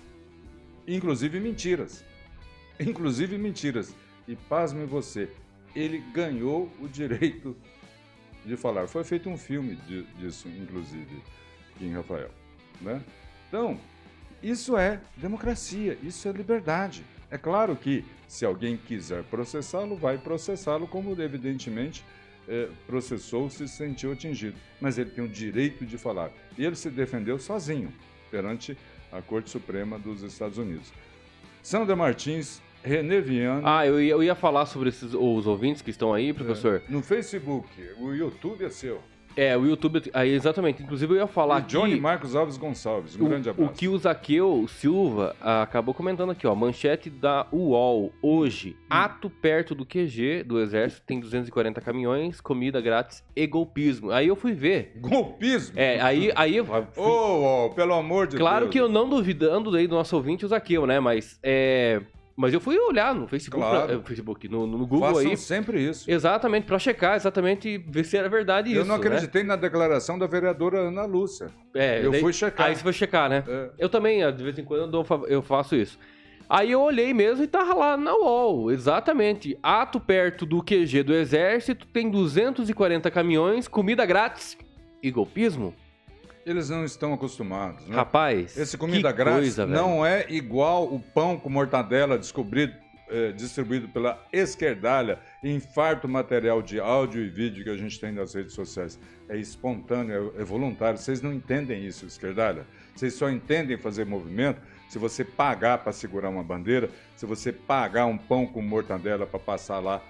Inclusive mentiras. Inclusive mentiras. E pasme você, ele ganhou o direito de falar. Foi feito um filme de, disso, inclusive, em Rafael. Né? Então, isso é democracia, isso é liberdade. É claro que, se alguém quiser processá-lo, vai processá-lo, como evidentemente é, processou, se sentiu atingido. Mas ele tem o direito de falar. E ele se defendeu sozinho perante a Corte Suprema dos Estados Unidos. Sandra Martins, René Viana... Ah, eu ia, eu ia falar sobre esses, os ouvintes que estão aí, professor. É, no Facebook, o YouTube é seu. É, o YouTube, aí, exatamente. Inclusive eu ia falar e Johnny aqui, Marcos Alves Gonçalves, um o, grande abraço. O que o Zaqueu Silva ah, acabou comentando aqui, ó. Manchete da U O L. Hoje, hum. ato perto do Q G do Exército, tem duzentos e quarenta caminhões, comida grátis e golpismo. Aí eu fui ver. Golpismo? É, aí... aí eu fui... oh, oh, pelo amor de claro Deus. Claro que eu não duvidando aí do nosso ouvinte, o Zaqueu, né? Mas, é... Mas eu fui olhar no Facebook, claro. pra, Facebook no, no Google Façam aí. sempre isso. Exatamente, pra checar, exatamente, ver se era verdade eu isso. Eu não acreditei né? na declaração da vereadora Ana Lúcia. É, eu daí, fui checar. Aí você foi checar, né? É. Eu também, de vez em quando, eu, eu faço isso. Aí eu olhei mesmo e tava lá na U O L, exatamente. Ato perto do Q G do Exército, tem duzentos e quarenta caminhões, comida grátis e golpismo. Eles não estão acostumados, né? Rapaz, esse comida que grátis coisa, não velho. é igual o pão com mortadela descobrido, eh, distribuído pela esquerdalha, infarto material de áudio e vídeo que a gente tem nas redes sociais. É espontâneo, é, é voluntário. Vocês não entendem isso, esquerdalha. Vocês só entendem fazer movimento se você pagar para segurar uma bandeira, se você pagar um pão com mortadela para passar lá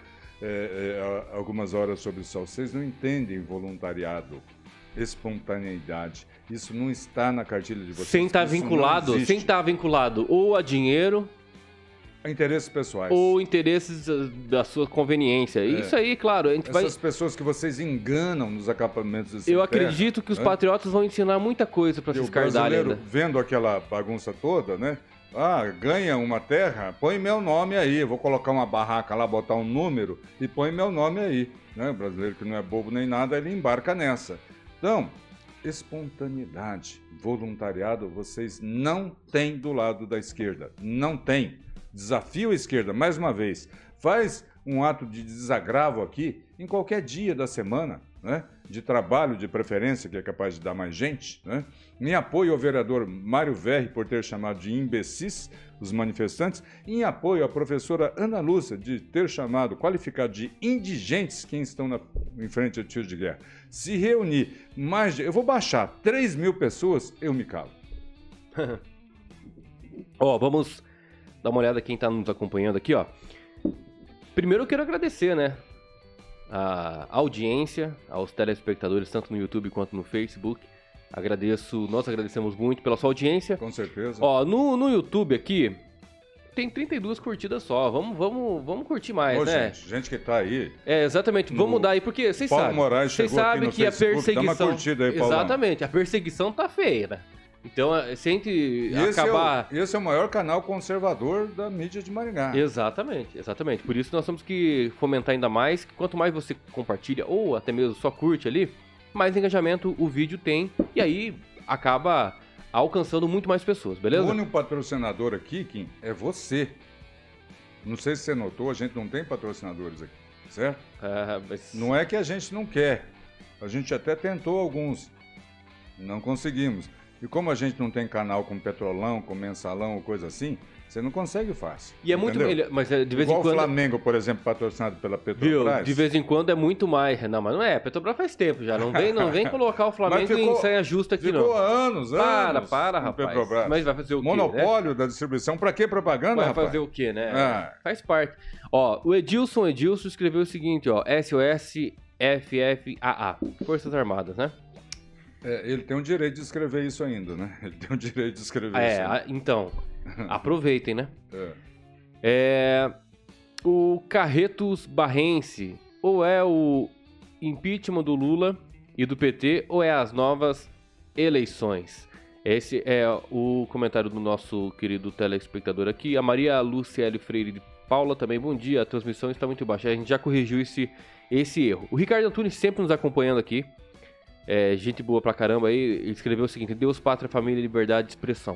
eh, eh, algumas horas sob o sol. Vocês não entendem voluntariado. Espontaneidade. Isso não está na cartilha de vocês. Sem estar vinculado, sem estar vinculado ou a dinheiro, a interesses pessoais, ou interesses da sua conveniência. É. Isso aí, claro, a gente Essas vai... pessoas que vocês enganam nos acampamentos de Eu acredito que os né? patriotas vão ensinar muita coisa para se escardalhar ainda. Vendo aquela bagunça toda, né? Ah, ganha uma terra, põe meu nome aí. Vou colocar uma barraca lá, botar um número e põe meu nome aí. Né? O brasileiro que não é bobo nem nada, ele embarca nessa. Então, espontaneidade, voluntariado, vocês não têm do lado da esquerda. Não tem. Desafio a esquerda, mais uma vez. Faz um ato de desagravo aqui em qualquer dia da semana, né? De trabalho, de preferência, que é capaz de dar mais gente. Né? Em apoio ao vereador Mário Verri por ter chamado de imbecis os manifestantes, em apoio à professora Ana Lúcia de ter chamado, qualificado de indigentes quem estão na, em frente ao tiro de guerra. Se reunir mais de... Eu vou baixar três mil pessoas, eu me calo. Ó, vamos dar uma olhada quem está nos acompanhando aqui, ó. Primeiro eu quero agradecer, né? A audiência, aos telespectadores, tanto no YouTube quanto no Facebook. Agradeço, nós agradecemos muito pela sua audiência. Com certeza. Ó, no, no YouTube aqui, tem trinta e duas curtidas só. Vamos, vamos, vamos curtir mais, Ô, né? Gente, gente que tá aí. É, exatamente. Vamos mudar aí, porque vocês Paulo sabem. Moraes Vocês chegou sabem aqui que no a Facebook, perseguição. dá uma curtida aí, Paulão. Exatamente, a perseguição tá feia, né? Então, se a gente e acabar... Esse é, o, esse é o maior canal conservador da mídia de Maringá. Exatamente, exatamente. Por isso nós temos que fomentar ainda mais. Quanto mais você compartilha, ou até mesmo só curte ali, mais engajamento o vídeo tem. E aí acaba alcançando muito mais pessoas, beleza? O único patrocinador aqui, Kim, é você. Não sei se você notou, a gente não tem patrocinadores aqui, certo? É, mas... Não é que a gente não quer. A gente até tentou alguns. Não conseguimos. E como a gente não tem canal com Petrolão, com Mensalão ou coisa assim, você não consegue fácil. E é muito melhor, mas é de vez Igual em quando... o Flamengo, por exemplo, patrocinado pela Petrobras. Viu? De vez em quando é muito mais. Não, mas não é. Petrobras faz tempo já. Não vem, não vem colocar o Flamengo ficou, em saia justa aqui, ficou não. Ficou anos, anos. Para, para, rapaz. Petrobras. Mas vai fazer o quê, Monopólio, né? Da distribuição. Pra que propaganda, vai rapaz? Vai fazer o quê, né? Ah. Faz parte. Ó, o Edilson Edilson escreveu o seguinte, ó. S O S F F A A. Forças Armadas, né? É, ele tem o direito de escrever isso ainda, né? Ele tem o direito de escrever é, isso. É, então, aproveitem, né? É. É, o Carretos Barrense, ou é o impeachment do Lula e do P T, ou é as novas eleições? Esse é o comentário do nosso querido telespectador aqui. A Maria Luciele Freire de Paula também. Bom dia, a transmissão está muito baixa. A gente já corrigiu esse, esse erro. O Ricardo Antunes sempre nos acompanhando aqui. É, gente boa pra caramba aí. Ele escreveu o seguinte: Deus, pátria, família, liberdade de expressão.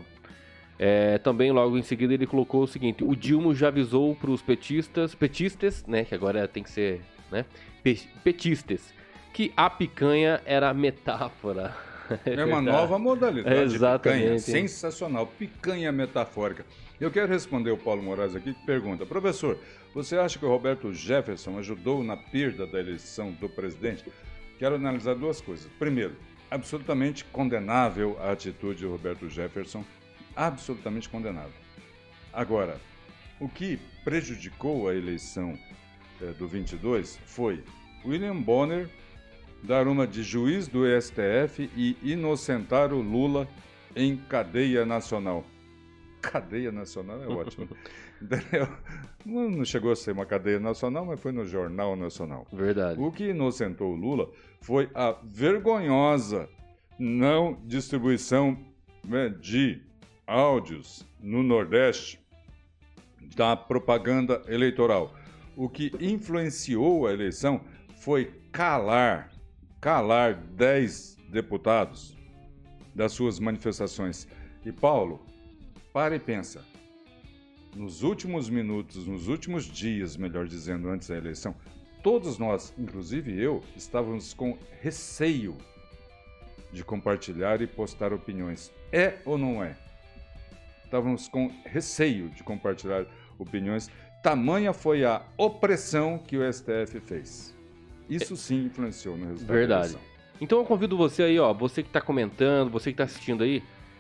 É, também logo em seguida ele colocou o seguinte: o Dilma já avisou pros petistas, petistas, né, que agora tem que ser, né, petistas, que a picanha era metáfora. É, é uma nova modalidade. É, exatamente. De picanha. Sensacional. Picanha metafórica. Eu quero responder o Paulo Moraes aqui, que pergunta: professor, você acha que o Roberto Jefferson ajudou na perda da eleição do presidente? Quero analisar duas coisas. Primeiro, absolutamente condenável a atitude do Roberto Jefferson. Absolutamente condenável. Agora, o que prejudicou a eleição eh, do vinte e dois foi William Bonner dar uma de juiz do S T F e inocentar o Lula em cadeia nacional. Cadeia nacional é ótimo. Entendeu? Não chegou a ser uma cadeia nacional, mas foi no Jornal Nacional. Verdade. O que inocentou o Lula foi a vergonhosa não distribuição, né, de áudios no Nordeste da propaganda eleitoral. O que influenciou a eleição foi calar calar dez deputados das suas manifestações. E, Paulo, para e pensa. Nos últimos minutos, nos últimos dias, melhor dizendo, antes da eleição, todos nós, inclusive eu, estávamos com receio de compartilhar e postar opiniões. É ou não é? Estávamos com receio de compartilhar opiniões. Tamanha foi a opressão que o S T F fez. Isso sim influenciou no resultado. Verdade. Da eleição. Então eu convido você aí, ó, você que tá comentando, você que tá assistindo aí,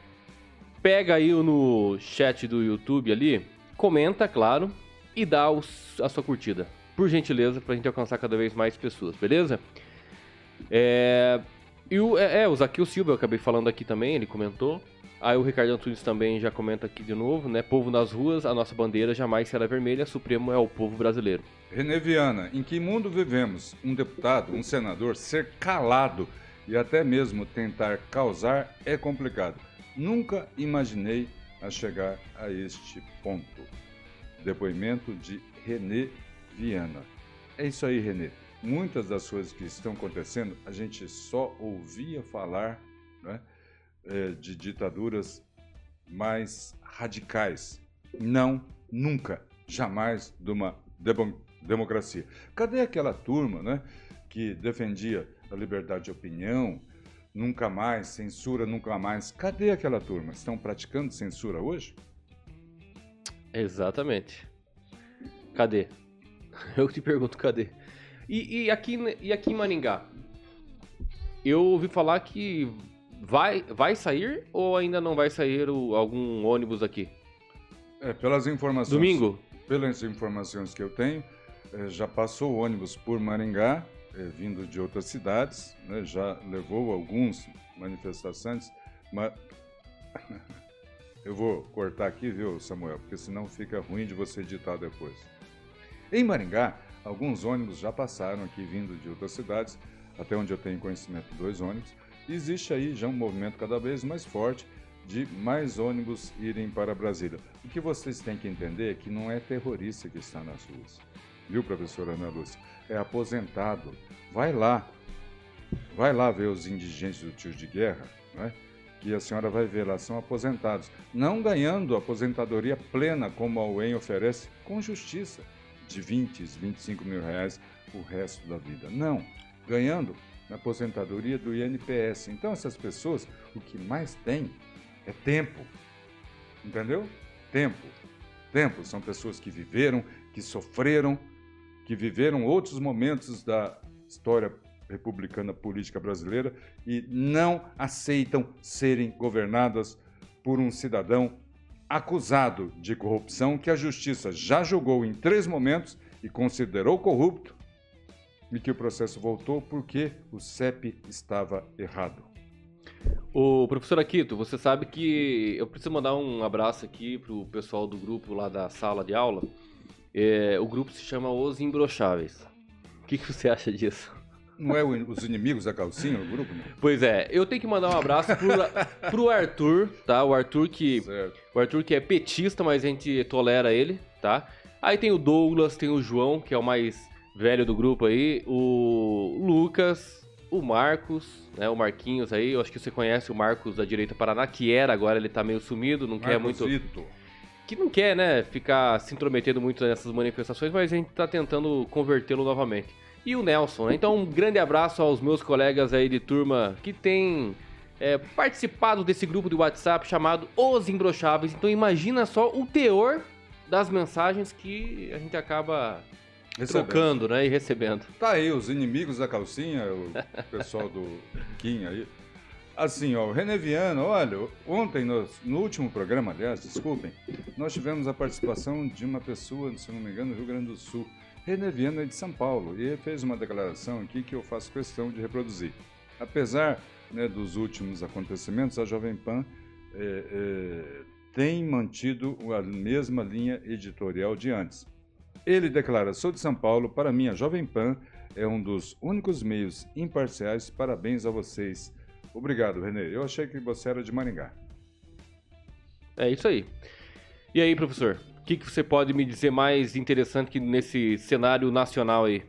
pega aí no chat do YouTube ali, comenta, claro, e dá os, a sua curtida. Por gentileza, pra gente alcançar cada vez mais pessoas, beleza? É... E o, é, é, o Zaqueu Silva, eu acabei falando aqui também, ele comentou. Aí o Ricardo Antunes também já comenta aqui de novo, né? Povo nas ruas, a nossa bandeira jamais será vermelha, Supremo é o povo brasileiro. René Viana, em que mundo vivemos? Um deputado, um senador, ser calado e até mesmo tentar causar é complicado. Nunca imaginei a chegar a este ponto. Depoimento de René Viana. É isso aí, René. Muitas das coisas que estão acontecendo, a gente só ouvia falar, né, de ditaduras mais radicais. Não, nunca, jamais de uma democracia. Cadê aquela turma, né, que defendia a liberdade de opinião, nunca mais, censura nunca mais? Cadê aquela turma? Estão praticando censura hoje? Exatamente. Cadê? Eu te pergunto, cadê? E, e, aqui, e aqui em Maringá? Eu ouvi falar que vai, vai sair ou ainda não vai sair o, algum ônibus aqui? É, pelas informações... Domingo? Pelas informações que eu tenho, já passou o ônibus por Maringá, vindo de outras cidades, né, já levou alguns manifestantes, mas eu vou cortar aqui, viu, Samuel, porque senão fica ruim de você editar depois. Em Maringá, alguns ônibus já passaram aqui, vindo de outras cidades, até onde eu tenho conhecimento, dois ônibus. Existe aí já um movimento cada vez mais forte de mais ônibus irem para Brasília. O que vocês têm que entender é que não é terrorista que está nas ruas. Viu, professora Ana Lúcia? É aposentado. Vai lá. Vai lá ver os indigentes do tiro de guerra, né? Que a senhora vai ver lá, são aposentados. Não ganhando aposentadoria plena, como a U E M oferece, com justiça, de vinte, vinte e cinco mil reais o resto da vida. Não. Ganhando na aposentadoria do I N P S. Então, essas pessoas, o que mais tem é tempo. Entendeu? Tempo. Tempo. São pessoas que viveram, que sofreram, que viveram outros momentos da história republicana política brasileira e não aceitam serem governadas por um cidadão acusado de corrupção que a justiça já julgou em três momentos e considerou corrupto e que o processo voltou porque o C E P estava errado. Ô, professor Aquito, você sabe que eu preciso mandar um abraço aqui pro pessoal do grupo lá da sala de aula. É, o grupo se chama Os Imbrocháveis. O que, que você acha disso? Não é o- os inimigos da calcinha no grupo, não? Pois é, eu tenho que mandar um abraço pro, pro Arthur, tá? O Arthur que Certo. o Arthur que é petista, mas a gente tolera ele, tá? Aí tem o Douglas, tem o João, que é o mais velho do grupo aí, o Lucas, o Marcos, né? O Marquinhos aí, eu acho que você conhece o Marcos da Direita Paraná, que era, agora ele tá meio sumido, não quer muito... Marcosito. Que não quer, né, ficar se intrometendo muito nessas manifestações, mas a gente tá tentando convertê-lo novamente. E o Nelson, né? Então um grande abraço aos meus colegas aí de turma que tem é, participado desse grupo de WhatsApp chamado Os Imbrocháveis. Então imagina só o teor das mensagens que a gente acaba Recebendo. trocando, né, e recebendo. Tá aí, os inimigos da calcinha, o pessoal do Kim aí. Assim, ó, o René Viana, olha, ontem, nós, no último programa, aliás, desculpem, nós tivemos a participação de uma pessoa, se não me engano, do Rio Grande do Sul. René Viana é de São Paulo, e ele fez uma declaração aqui que eu faço questão de reproduzir. Apesar, né, dos últimos acontecimentos, a Jovem Pan é, é, tem mantido a mesma linha editorial de antes. Ele declara: sou de São Paulo, para mim a Jovem Pan é um dos únicos meios imparciais, parabéns a vocês. Obrigado, Renê. Eu achei que você era de Maringá. É isso aí. E aí, professor, o que, que você pode me dizer mais interessante que nesse cenário nacional aí?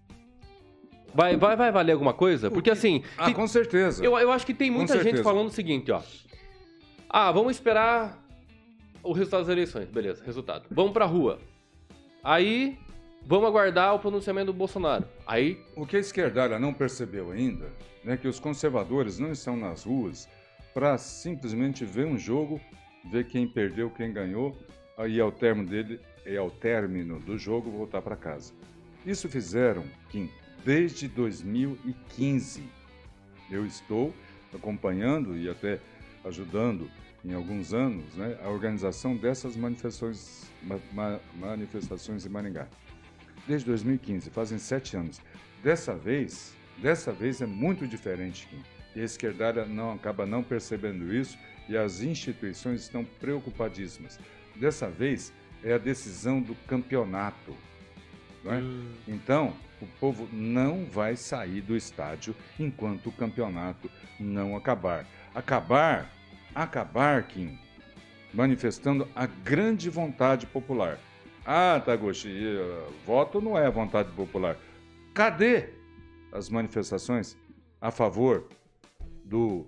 Vai, vai, vai valer alguma coisa? Porque assim... Ah, tem- com certeza. Eu, eu acho que tem muita Com gente certeza. falando o seguinte, ó. Ah, vamos esperar o resultado das eleições. Beleza, resultado. Vamos pra rua. Aí, vamos aguardar o pronunciamento do Bolsonaro. Aí, O que a esquerdalha não percebeu ainda é que os conservadores não estão nas ruas para simplesmente ver um jogo, ver quem perdeu, quem ganhou, aí ao término dele, e ao término do jogo, voltar para casa. Isso fizeram, Kim, desde dois mil e quinze. Eu estou acompanhando e até ajudando em alguns anos, né, a organização dessas manifestações, ma- ma- manifestações em Maringá. Desde dois mil e quinze, fazem sete anos. Dessa vez, dessa vez é muito diferente, Kim. E a esquerdalha não acaba não percebendo isso e as instituições estão preocupadíssimas. Dessa vez é a decisão do campeonato, não é? Então, o povo não vai sair do estádio enquanto o campeonato não acabar. Acabar, acabar, Kim, manifestando a grande vontade popular. Ah, Taguchi, eh, voto não é vontade popular. Cadê as manifestações a favor do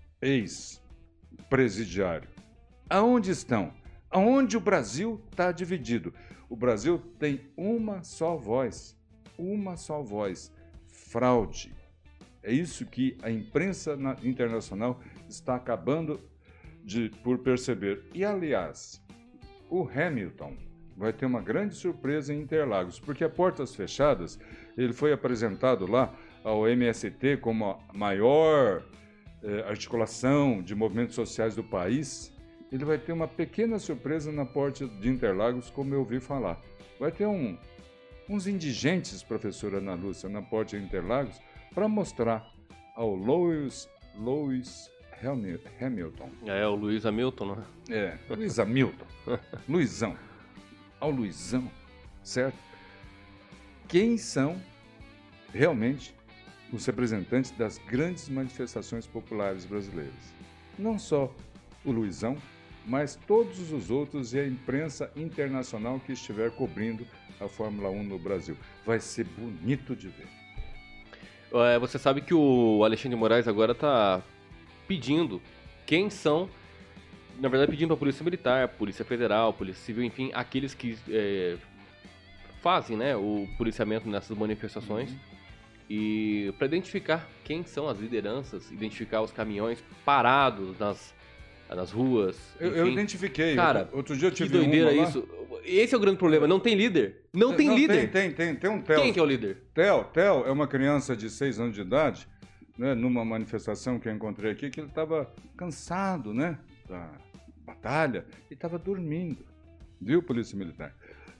ex-presidiário? Aonde estão? Aonde o Brasil está dividido? O Brasil tem uma só voz, uma só voz, fraude. É isso que a imprensa na- internacional está acabando de, por perceber. E, aliás, o Hamilton vai ter uma grande surpresa em Interlagos, porque a portas fechadas, ele foi apresentado lá ao M S T como a maior eh, articulação de movimentos sociais do país. Ele vai ter uma pequena surpresa na porta de Interlagos, como eu ouvi falar. Vai ter um, uns indigentes, professora Ana Lúcia, na porta de Interlagos, para mostrar ao Lewis, Lewis Hamil- Hamilton, é o Luiz Hamilton, né? é, Luiz Hamilton, Luizão, ao Luizão, certo? Quem são realmente os representantes das grandes manifestações populares brasileiras? Não só o Luizão, mas todos os outros e a imprensa internacional que estiver cobrindo a Fórmula um no Brasil. Vai ser bonito de ver. É, você sabe que o Alexandre de Moraes agora tá pedindo quem são, na verdade pedindo pra Polícia Militar, Polícia Federal, Polícia Civil, enfim, aqueles que é, fazem, né, o policiamento nessas manifestações. Uhum. E para identificar quem são as lideranças, identificar os caminhões parados nas, nas ruas. Eu, eu enfim. identifiquei. Cara, outro, outro dia eu Que tive doideira uma lá. isso. Esse é o grande problema, não tem líder. Não tem líder. Tem, tem, tem, tem um Theo. Quem que é o líder? Theo, Theo é uma criança de seis anos de idade, né, numa manifestação que eu encontrei aqui, que ele estava cansado, né, da batalha, e estava dormindo. Viu, Polícia Militar?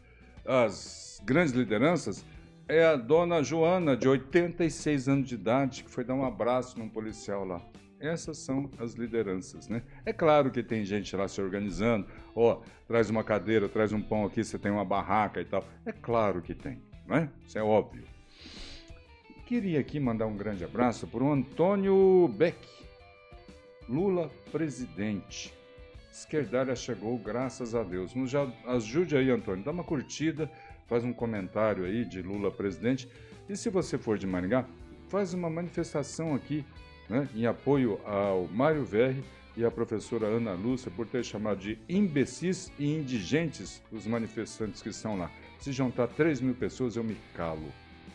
As grandes lideranças é a dona Joana, de oitenta e seis anos de idade, que foi dar um abraço num policial lá. Essas são as lideranças, né? É claro que tem gente lá se organizando, ó, traz uma cadeira, traz um pão aqui, você tem uma barraca e tal. É claro que tem, não é? Isso é óbvio. queria aqui mandar um grande abraço para o Antônio Beck. Lula presidente. Esquerdária chegou, graças a Deus. Nos ajude aí, Antônio. Dá uma curtida, faz um comentário aí de Lula presidente. E se você for de Maringá, faz uma manifestação aqui, né, em apoio ao Mário Verri e à professora Ana Lúcia por ter chamado de imbecis e indigentes os manifestantes que estão lá. Se juntar três mil pessoas, eu me calo.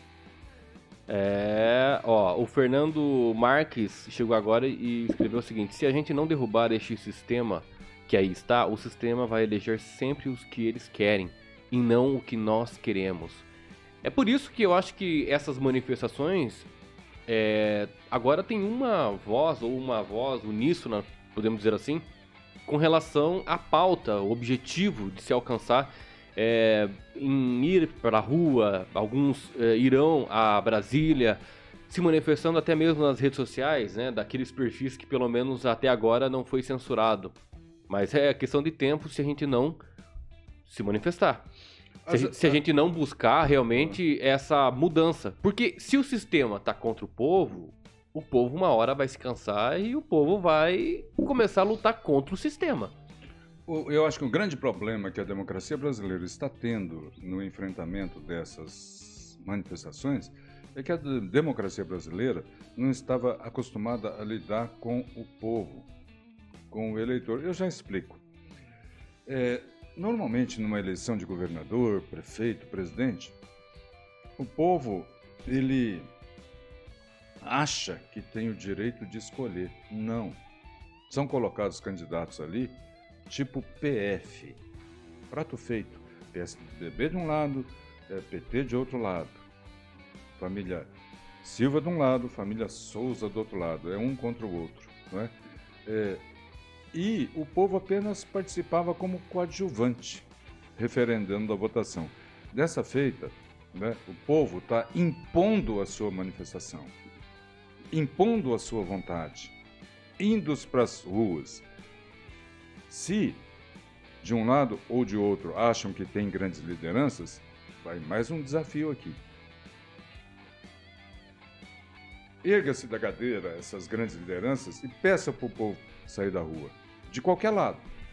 É, ó, o Fernando Marques chegou agora e escreveu o seguinte: se a gente não derrubar este sistema que aí está, o sistema vai eleger sempre os que eles querem e não o que nós queremos. É por isso que eu acho que essas manifestações é, agora tem uma voz ou uma voz uníssona, podemos dizer assim, com relação à pauta, o objetivo de se alcançar. É, em ir para a rua, alguns é, irão a Brasília, se manifestando até mesmo nas redes sociais, né, daqueles perfis que pelo menos até agora não foi censurado. Mas é questão de tempo se a gente não se manifestar. Se a, gente, se a gente não buscar realmente essa mudança. Porque se o sistema está contra o povo, o povo uma hora vai se cansar e o povo vai começar a lutar contra o sistema. Eu acho que o grande problema que a democracia brasileira está tendo no enfrentamento dessas manifestações é que a democracia brasileira não estava acostumada a lidar com o povo, com o eleitor. Eu já explico. É, normalmente, numa eleição de governador, prefeito, presidente, o povo, ele acha que tem o direito de escolher. Não. São colocados candidatos ali tipo P F, prato feito, P S D B de um lado, é, P T de outro lado, família Silva de um lado, família Souza do outro lado, é um contra o outro, não é? É, e o povo apenas participava como coadjuvante, referendando a votação. Dessa feita, né, o povo está impondo a sua manifestação, impondo a sua vontade, indo para as ruas. Se, de um lado ou de outro, acham que tem grandes lideranças, vai mais um desafio aqui. Erga-se da cadeira essas grandes lideranças e peça para o povo sair da rua, de qualquer lado.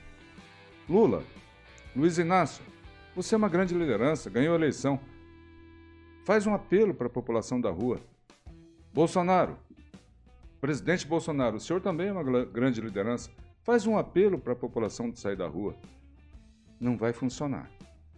Lula, Luiz Inácio, você é uma grande liderança, ganhou a eleição. Faz um apelo para a população da rua. Bolsonaro, presidente Bolsonaro, o senhor também é uma grande liderança. Faz um apelo para a população de sair da rua. Não vai funcionar.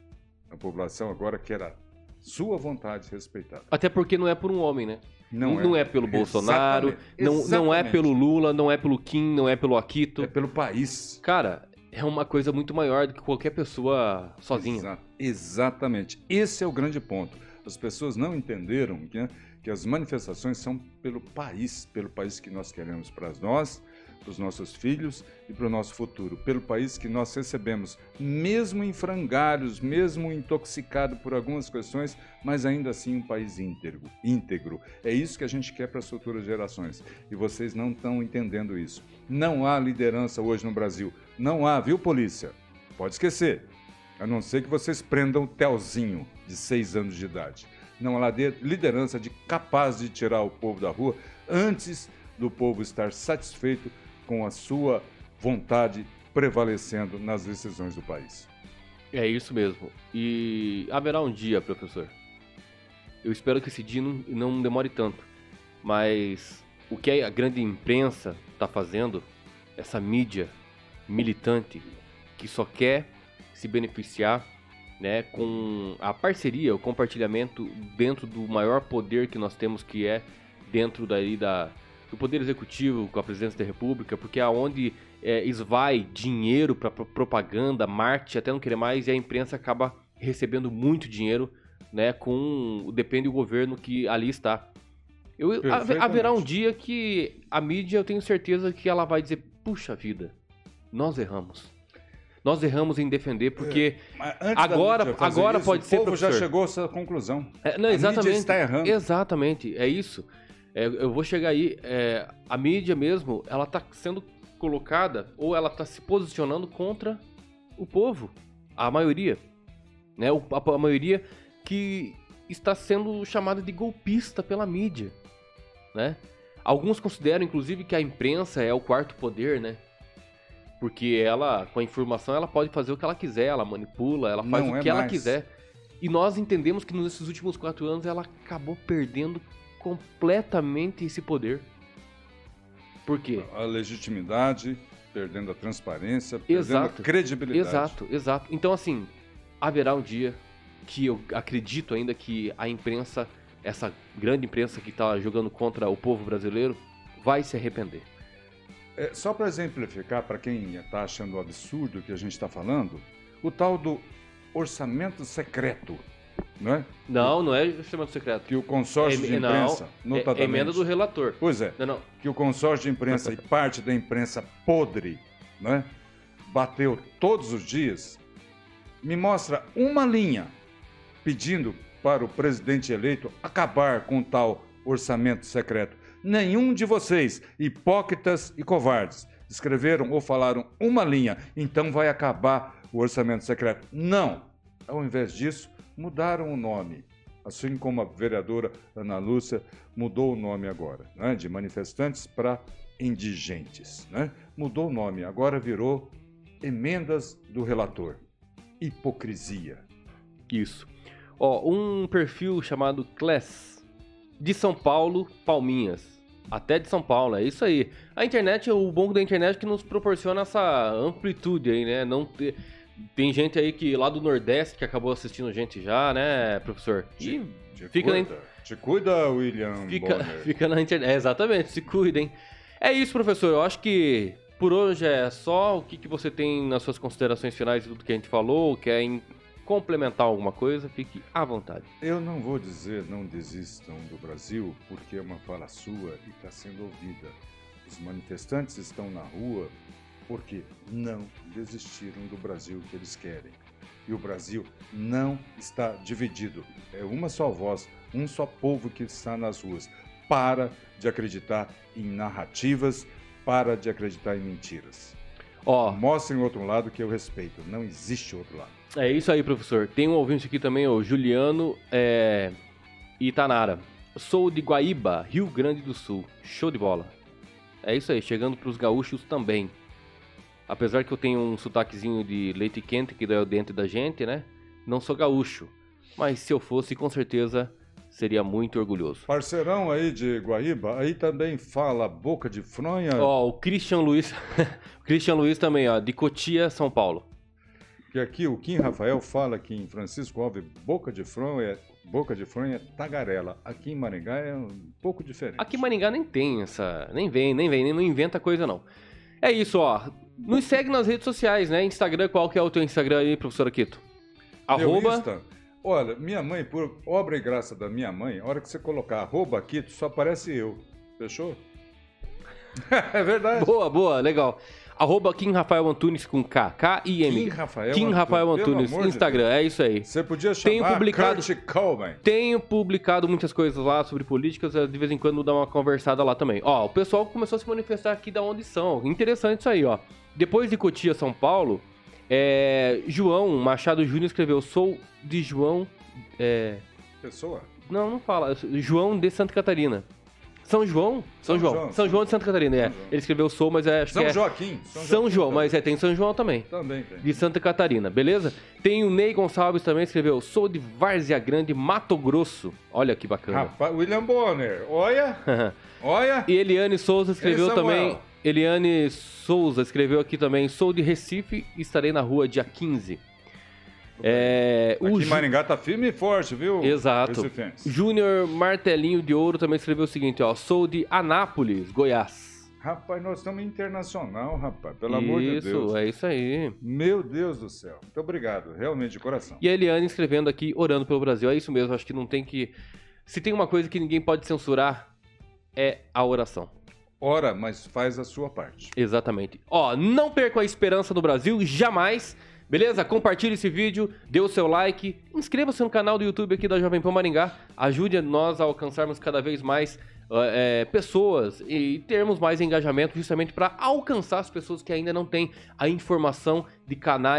A população agora quer a sua vontade respeitada. Até porque não é por um homem, né? Não, não é. é pelo Bolsonaro, Exatamente. Não, Exatamente. não é pelo Lula, não é pelo Kim, não é pelo Aquito. É pelo país. Cara, é uma coisa muito maior do que qualquer pessoa sozinha. Exa- exatamente. Esse é o grande ponto. As pessoas não entenderam que, né, que as manifestações são pelo país, pelo país que nós queremos para nós, para os nossos filhos e para o nosso futuro, pelo país que nós recebemos, mesmo em frangalhos, mesmo intoxicado por algumas questões, mas ainda assim um país íntegro. íntegro. É isso que a gente quer para as futuras gerações. E vocês não estão entendendo isso. Não há liderança hoje no Brasil. Não há, viu, polícia? Pode esquecer. A não ser que vocês prendam o Telzinho, de seis anos de idade. Não há liderança de capaz de tirar o povo da rua antes do povo estar satisfeito com a sua vontade prevalecendo nas decisões do país. É isso mesmo. E haverá um dia, professor. Eu espero que esse dia não, não demore tanto. Mas o que a grande imprensa está fazendo, essa mídia militante que só quer se beneficiar, né, com a parceria, o compartilhamento dentro do maior poder que nós temos, que é dentro daí da... do Poder Executivo, com a Presidência da República, porque é onde é, esvai dinheiro para propaganda, marketing, até não querer mais, e a imprensa acaba recebendo muito dinheiro, né, com depende do governo que ali está. Eu, haverá um dia que a mídia, eu tenho certeza que ela vai dizer, puxa vida, nós erramos. Nós erramos em defender, porque é, agora, agora isso, pode ser, o povo professor. já chegou a essa conclusão. É, não, exatamente, a mídia está errando. Exatamente, é isso. É, eu vou chegar aí, é, a mídia mesmo, ela está sendo colocada, ou ela está se posicionando contra o povo, a maioria, né? O, a, a maioria que está sendo chamada de golpista pela mídia, né? Alguns consideram, inclusive, que a imprensa é o quarto poder, né? Porque ela, com a informação, ela pode fazer o que ela quiser, ela manipula, ela faz Não o é que ela mais. quiser. E nós entendemos que nesses últimos quatro anos ela acabou perdendo completamente esse poder. Por quê? A legitimidade, perdendo a transparência, perdendo Exato. a credibilidade. Exato, exato. Então, assim, haverá um dia que eu acredito ainda que a imprensa, essa grande imprensa que está jogando contra o povo brasileiro, vai se arrepender. É, só para exemplificar, para quem está achando absurdo o que a gente está falando, o tal do orçamento secreto, não é? Não, não é orçamento secreto. Que o consórcio É, de não, imprensa, É, notadamente... é emenda do relator. Pois é, Não, não. que o consórcio de imprensa e parte da imprensa podre, não é? Bateu todos os dias, me mostra uma linha pedindo para o presidente eleito acabar com tal orçamento secreto. Nenhum de vocês, hipócritas e covardes, escreveram ou falaram uma linha, então vai acabar o orçamento secreto. Não! Ao invés disso, mudaram o nome. Assim como a vereadora Ana Lúcia mudou o nome agora, né? De manifestantes para indigentes. Né? Mudou o nome, agora virou emendas do relator. Hipocrisia. Isso. Ó, um perfil chamado Class, de São Paulo, Palminhas. Até de São Paulo, é isso aí. A internet, o bom da internet é que nos proporciona essa amplitude aí, né? Não ter... Tem gente aí que lá do Nordeste que acabou assistindo gente já, né, professor? Te, E te fica cuida, na... te cuida, William fica, Bonner. fica na internet. É, exatamente, se cuidem. É isso, professor. Eu acho que por hoje é só. O que, que você tem nas suas considerações finais de tudo que a gente falou? Quer em... complementar alguma coisa? Fique à vontade. Eu não vou dizer não desistam do Brasil, porque é uma fala sua e está sendo ouvida. Os manifestantes estão na rua porque não desistiram do Brasil que eles querem. E o Brasil não está dividido. É uma só voz, um só povo que está nas ruas. Para de acreditar em narrativas, para de acreditar em mentiras. Ó, Mostrem o outro lado que eu respeito. Não existe outro lado. é isso aí, professor. Tem um ouvinte aqui também, o Juliano é... Itanara. Sou de Guaíba, Rio Grande do Sul. Show de bola. É isso aí, chegando para os gaúchos também. Apesar que eu tenho um sotaquezinho de leite quente que dói o dente da gente, né? Não sou gaúcho. Mas se eu fosse, com certeza, seria muito orgulhoso. Parceirão aí de Guaíba, aí também fala boca de fronha. Ó, o Christian Luiz... o Christian Luiz também, ó, de Cotia, São Paulo. Que aqui o Kim Rafael fala que em Francisco Alves, boca de fronha, boca de fronha é tagarela. Aqui em Maringá é um pouco diferente. Aqui em Maringá nem tem essa... Nem vem, nem vem, nem não inventa coisa, não. É isso, ó. Nos segue nas redes sociais, né? Instagram, qual que é o teu Instagram aí, professor Aquito? Meu Arroba... Insta, olha, minha mãe, por obra e graça da minha mãe, a hora que você colocar arroba Aquito, só aparece eu. Fechou? É verdade. Boa, boa, legal. Arroba Kim Rafael Antunes com K. K I M. Kim Rafael Kim Rafael Antunes, pelo Antunes, amor de Instagram, é isso aí. Você podia Tenho chamar publicado- Kurt Cobain. Tenho publicado muitas coisas lá sobre políticas, de vez em quando dá uma conversada lá também. Ó, o pessoal começou a se manifestar aqui da onde são. Interessante isso aí, ó. Depois de Cotia, São Paulo, é... João Machado Júnior escreveu: sou de João... É... Pessoa? Não, não fala. João de Santa Catarina. São João? São, São João. João, São João de Santa Catarina, é. São João. Ele escreveu sou, mas é, acho São que é... Joaquim. São João, mas é, tem São João também. Também tem. De Santa Catarina, beleza? Tem o Ney Gonçalves também, escreveu: sou de Várzea Grande, Mato Grosso. Olha que bacana. Rapaz, William Bonner, olha, olha. E Eliane Souza escreveu Ei, Samuel. também. Eliane Souza escreveu aqui também: sou de Recife e estarei na rua dia quinze. É, Aqui o em Ju- Maringá tá firme e forte, viu? Exato. Recifenses. Júnior Martelinho de Ouro também escreveu o seguinte: ó, sou de Anápolis, Goiás. Rapaz, nós estamos internacional, rapaz. Pelo amor de Isso, Deus. é isso aí. Meu Deus do céu. Muito obrigado, realmente de coração. E a Eliane escrevendo aqui, orando pelo Brasil. É isso mesmo, acho que não tem que... Se tem uma coisa que ninguém pode censurar, é a oração. Ora, mas faz a sua parte. Exatamente. Ó, não percam a esperança no Brasil, jamais. Beleza? Compartilhe esse vídeo, dê o seu like, inscreva-se no canal do YouTube aqui da Jovem Pan Maringá. Ajude nós a alcançarmos cada vez mais é, pessoas e termos mais engajamento justamente para alcançar as pessoas que ainda não têm a informação de canais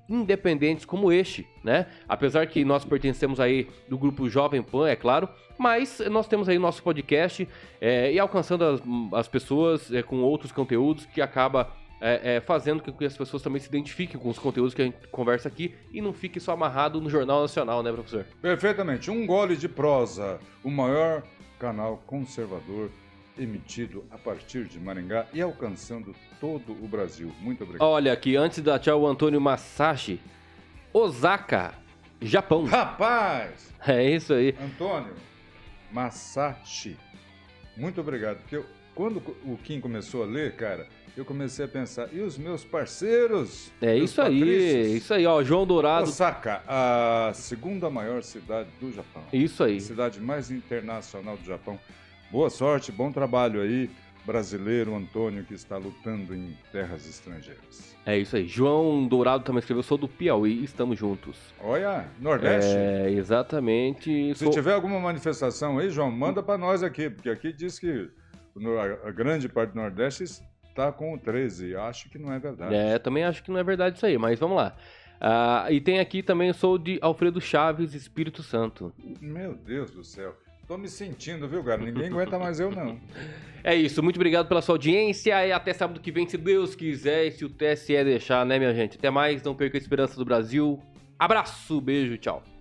independentes como este, né? Apesar que nós pertencemos aí do grupo Jovem Pan, é claro, mas nós temos aí nosso podcast é, e alcançando as, as pessoas é, com outros conteúdos que acaba é, é, fazendo com que as pessoas também se identifiquem com os conteúdos que a gente conversa aqui e não fique só amarrado no Jornal Nacional, né, professor? Perfeitamente. Um gole de prosa, o maior canal conservador emitido a partir de Maringá e alcançando todo o Brasil. Muito obrigado. Olha aqui, antes da tchau, o Antônio Masashi, Osaka, Japão. Rapaz! É isso aí. Antônio Masashi, muito obrigado. Porque eu, quando o Kim começou a ler, cara, eu comecei a pensar, e os meus parceiros? É isso aí, isso aí, ó, João Dourado. Osaka, a segunda maior cidade do Japão. Isso aí. A cidade mais internacional do Japão. Boa sorte, bom trabalho aí, brasileiro Antônio, que está lutando em terras estrangeiras. É isso aí. João Dourado também escreveu, sou do Piauí, estamos juntos. Olha, Nordeste. É, exatamente. Se sou... tiver alguma manifestação aí, João, manda para nós aqui, porque aqui diz que a grande parte do Nordeste está com o treze. Acho que não é verdade. É, também acho que não é verdade isso aí, mas vamos lá. Ah, e tem aqui também, eu sou de Alfredo Chaves, Espírito Santo. Meu Deus do céu. Tô me sentindo, viu, cara? Ninguém aguenta mais eu, não. É isso, muito obrigado pela sua audiência e até sábado que vem, se Deus quiser e se o T S E deixar, né, minha gente? Até mais, não perca a esperança do Brasil. Abraço, beijo, tchau.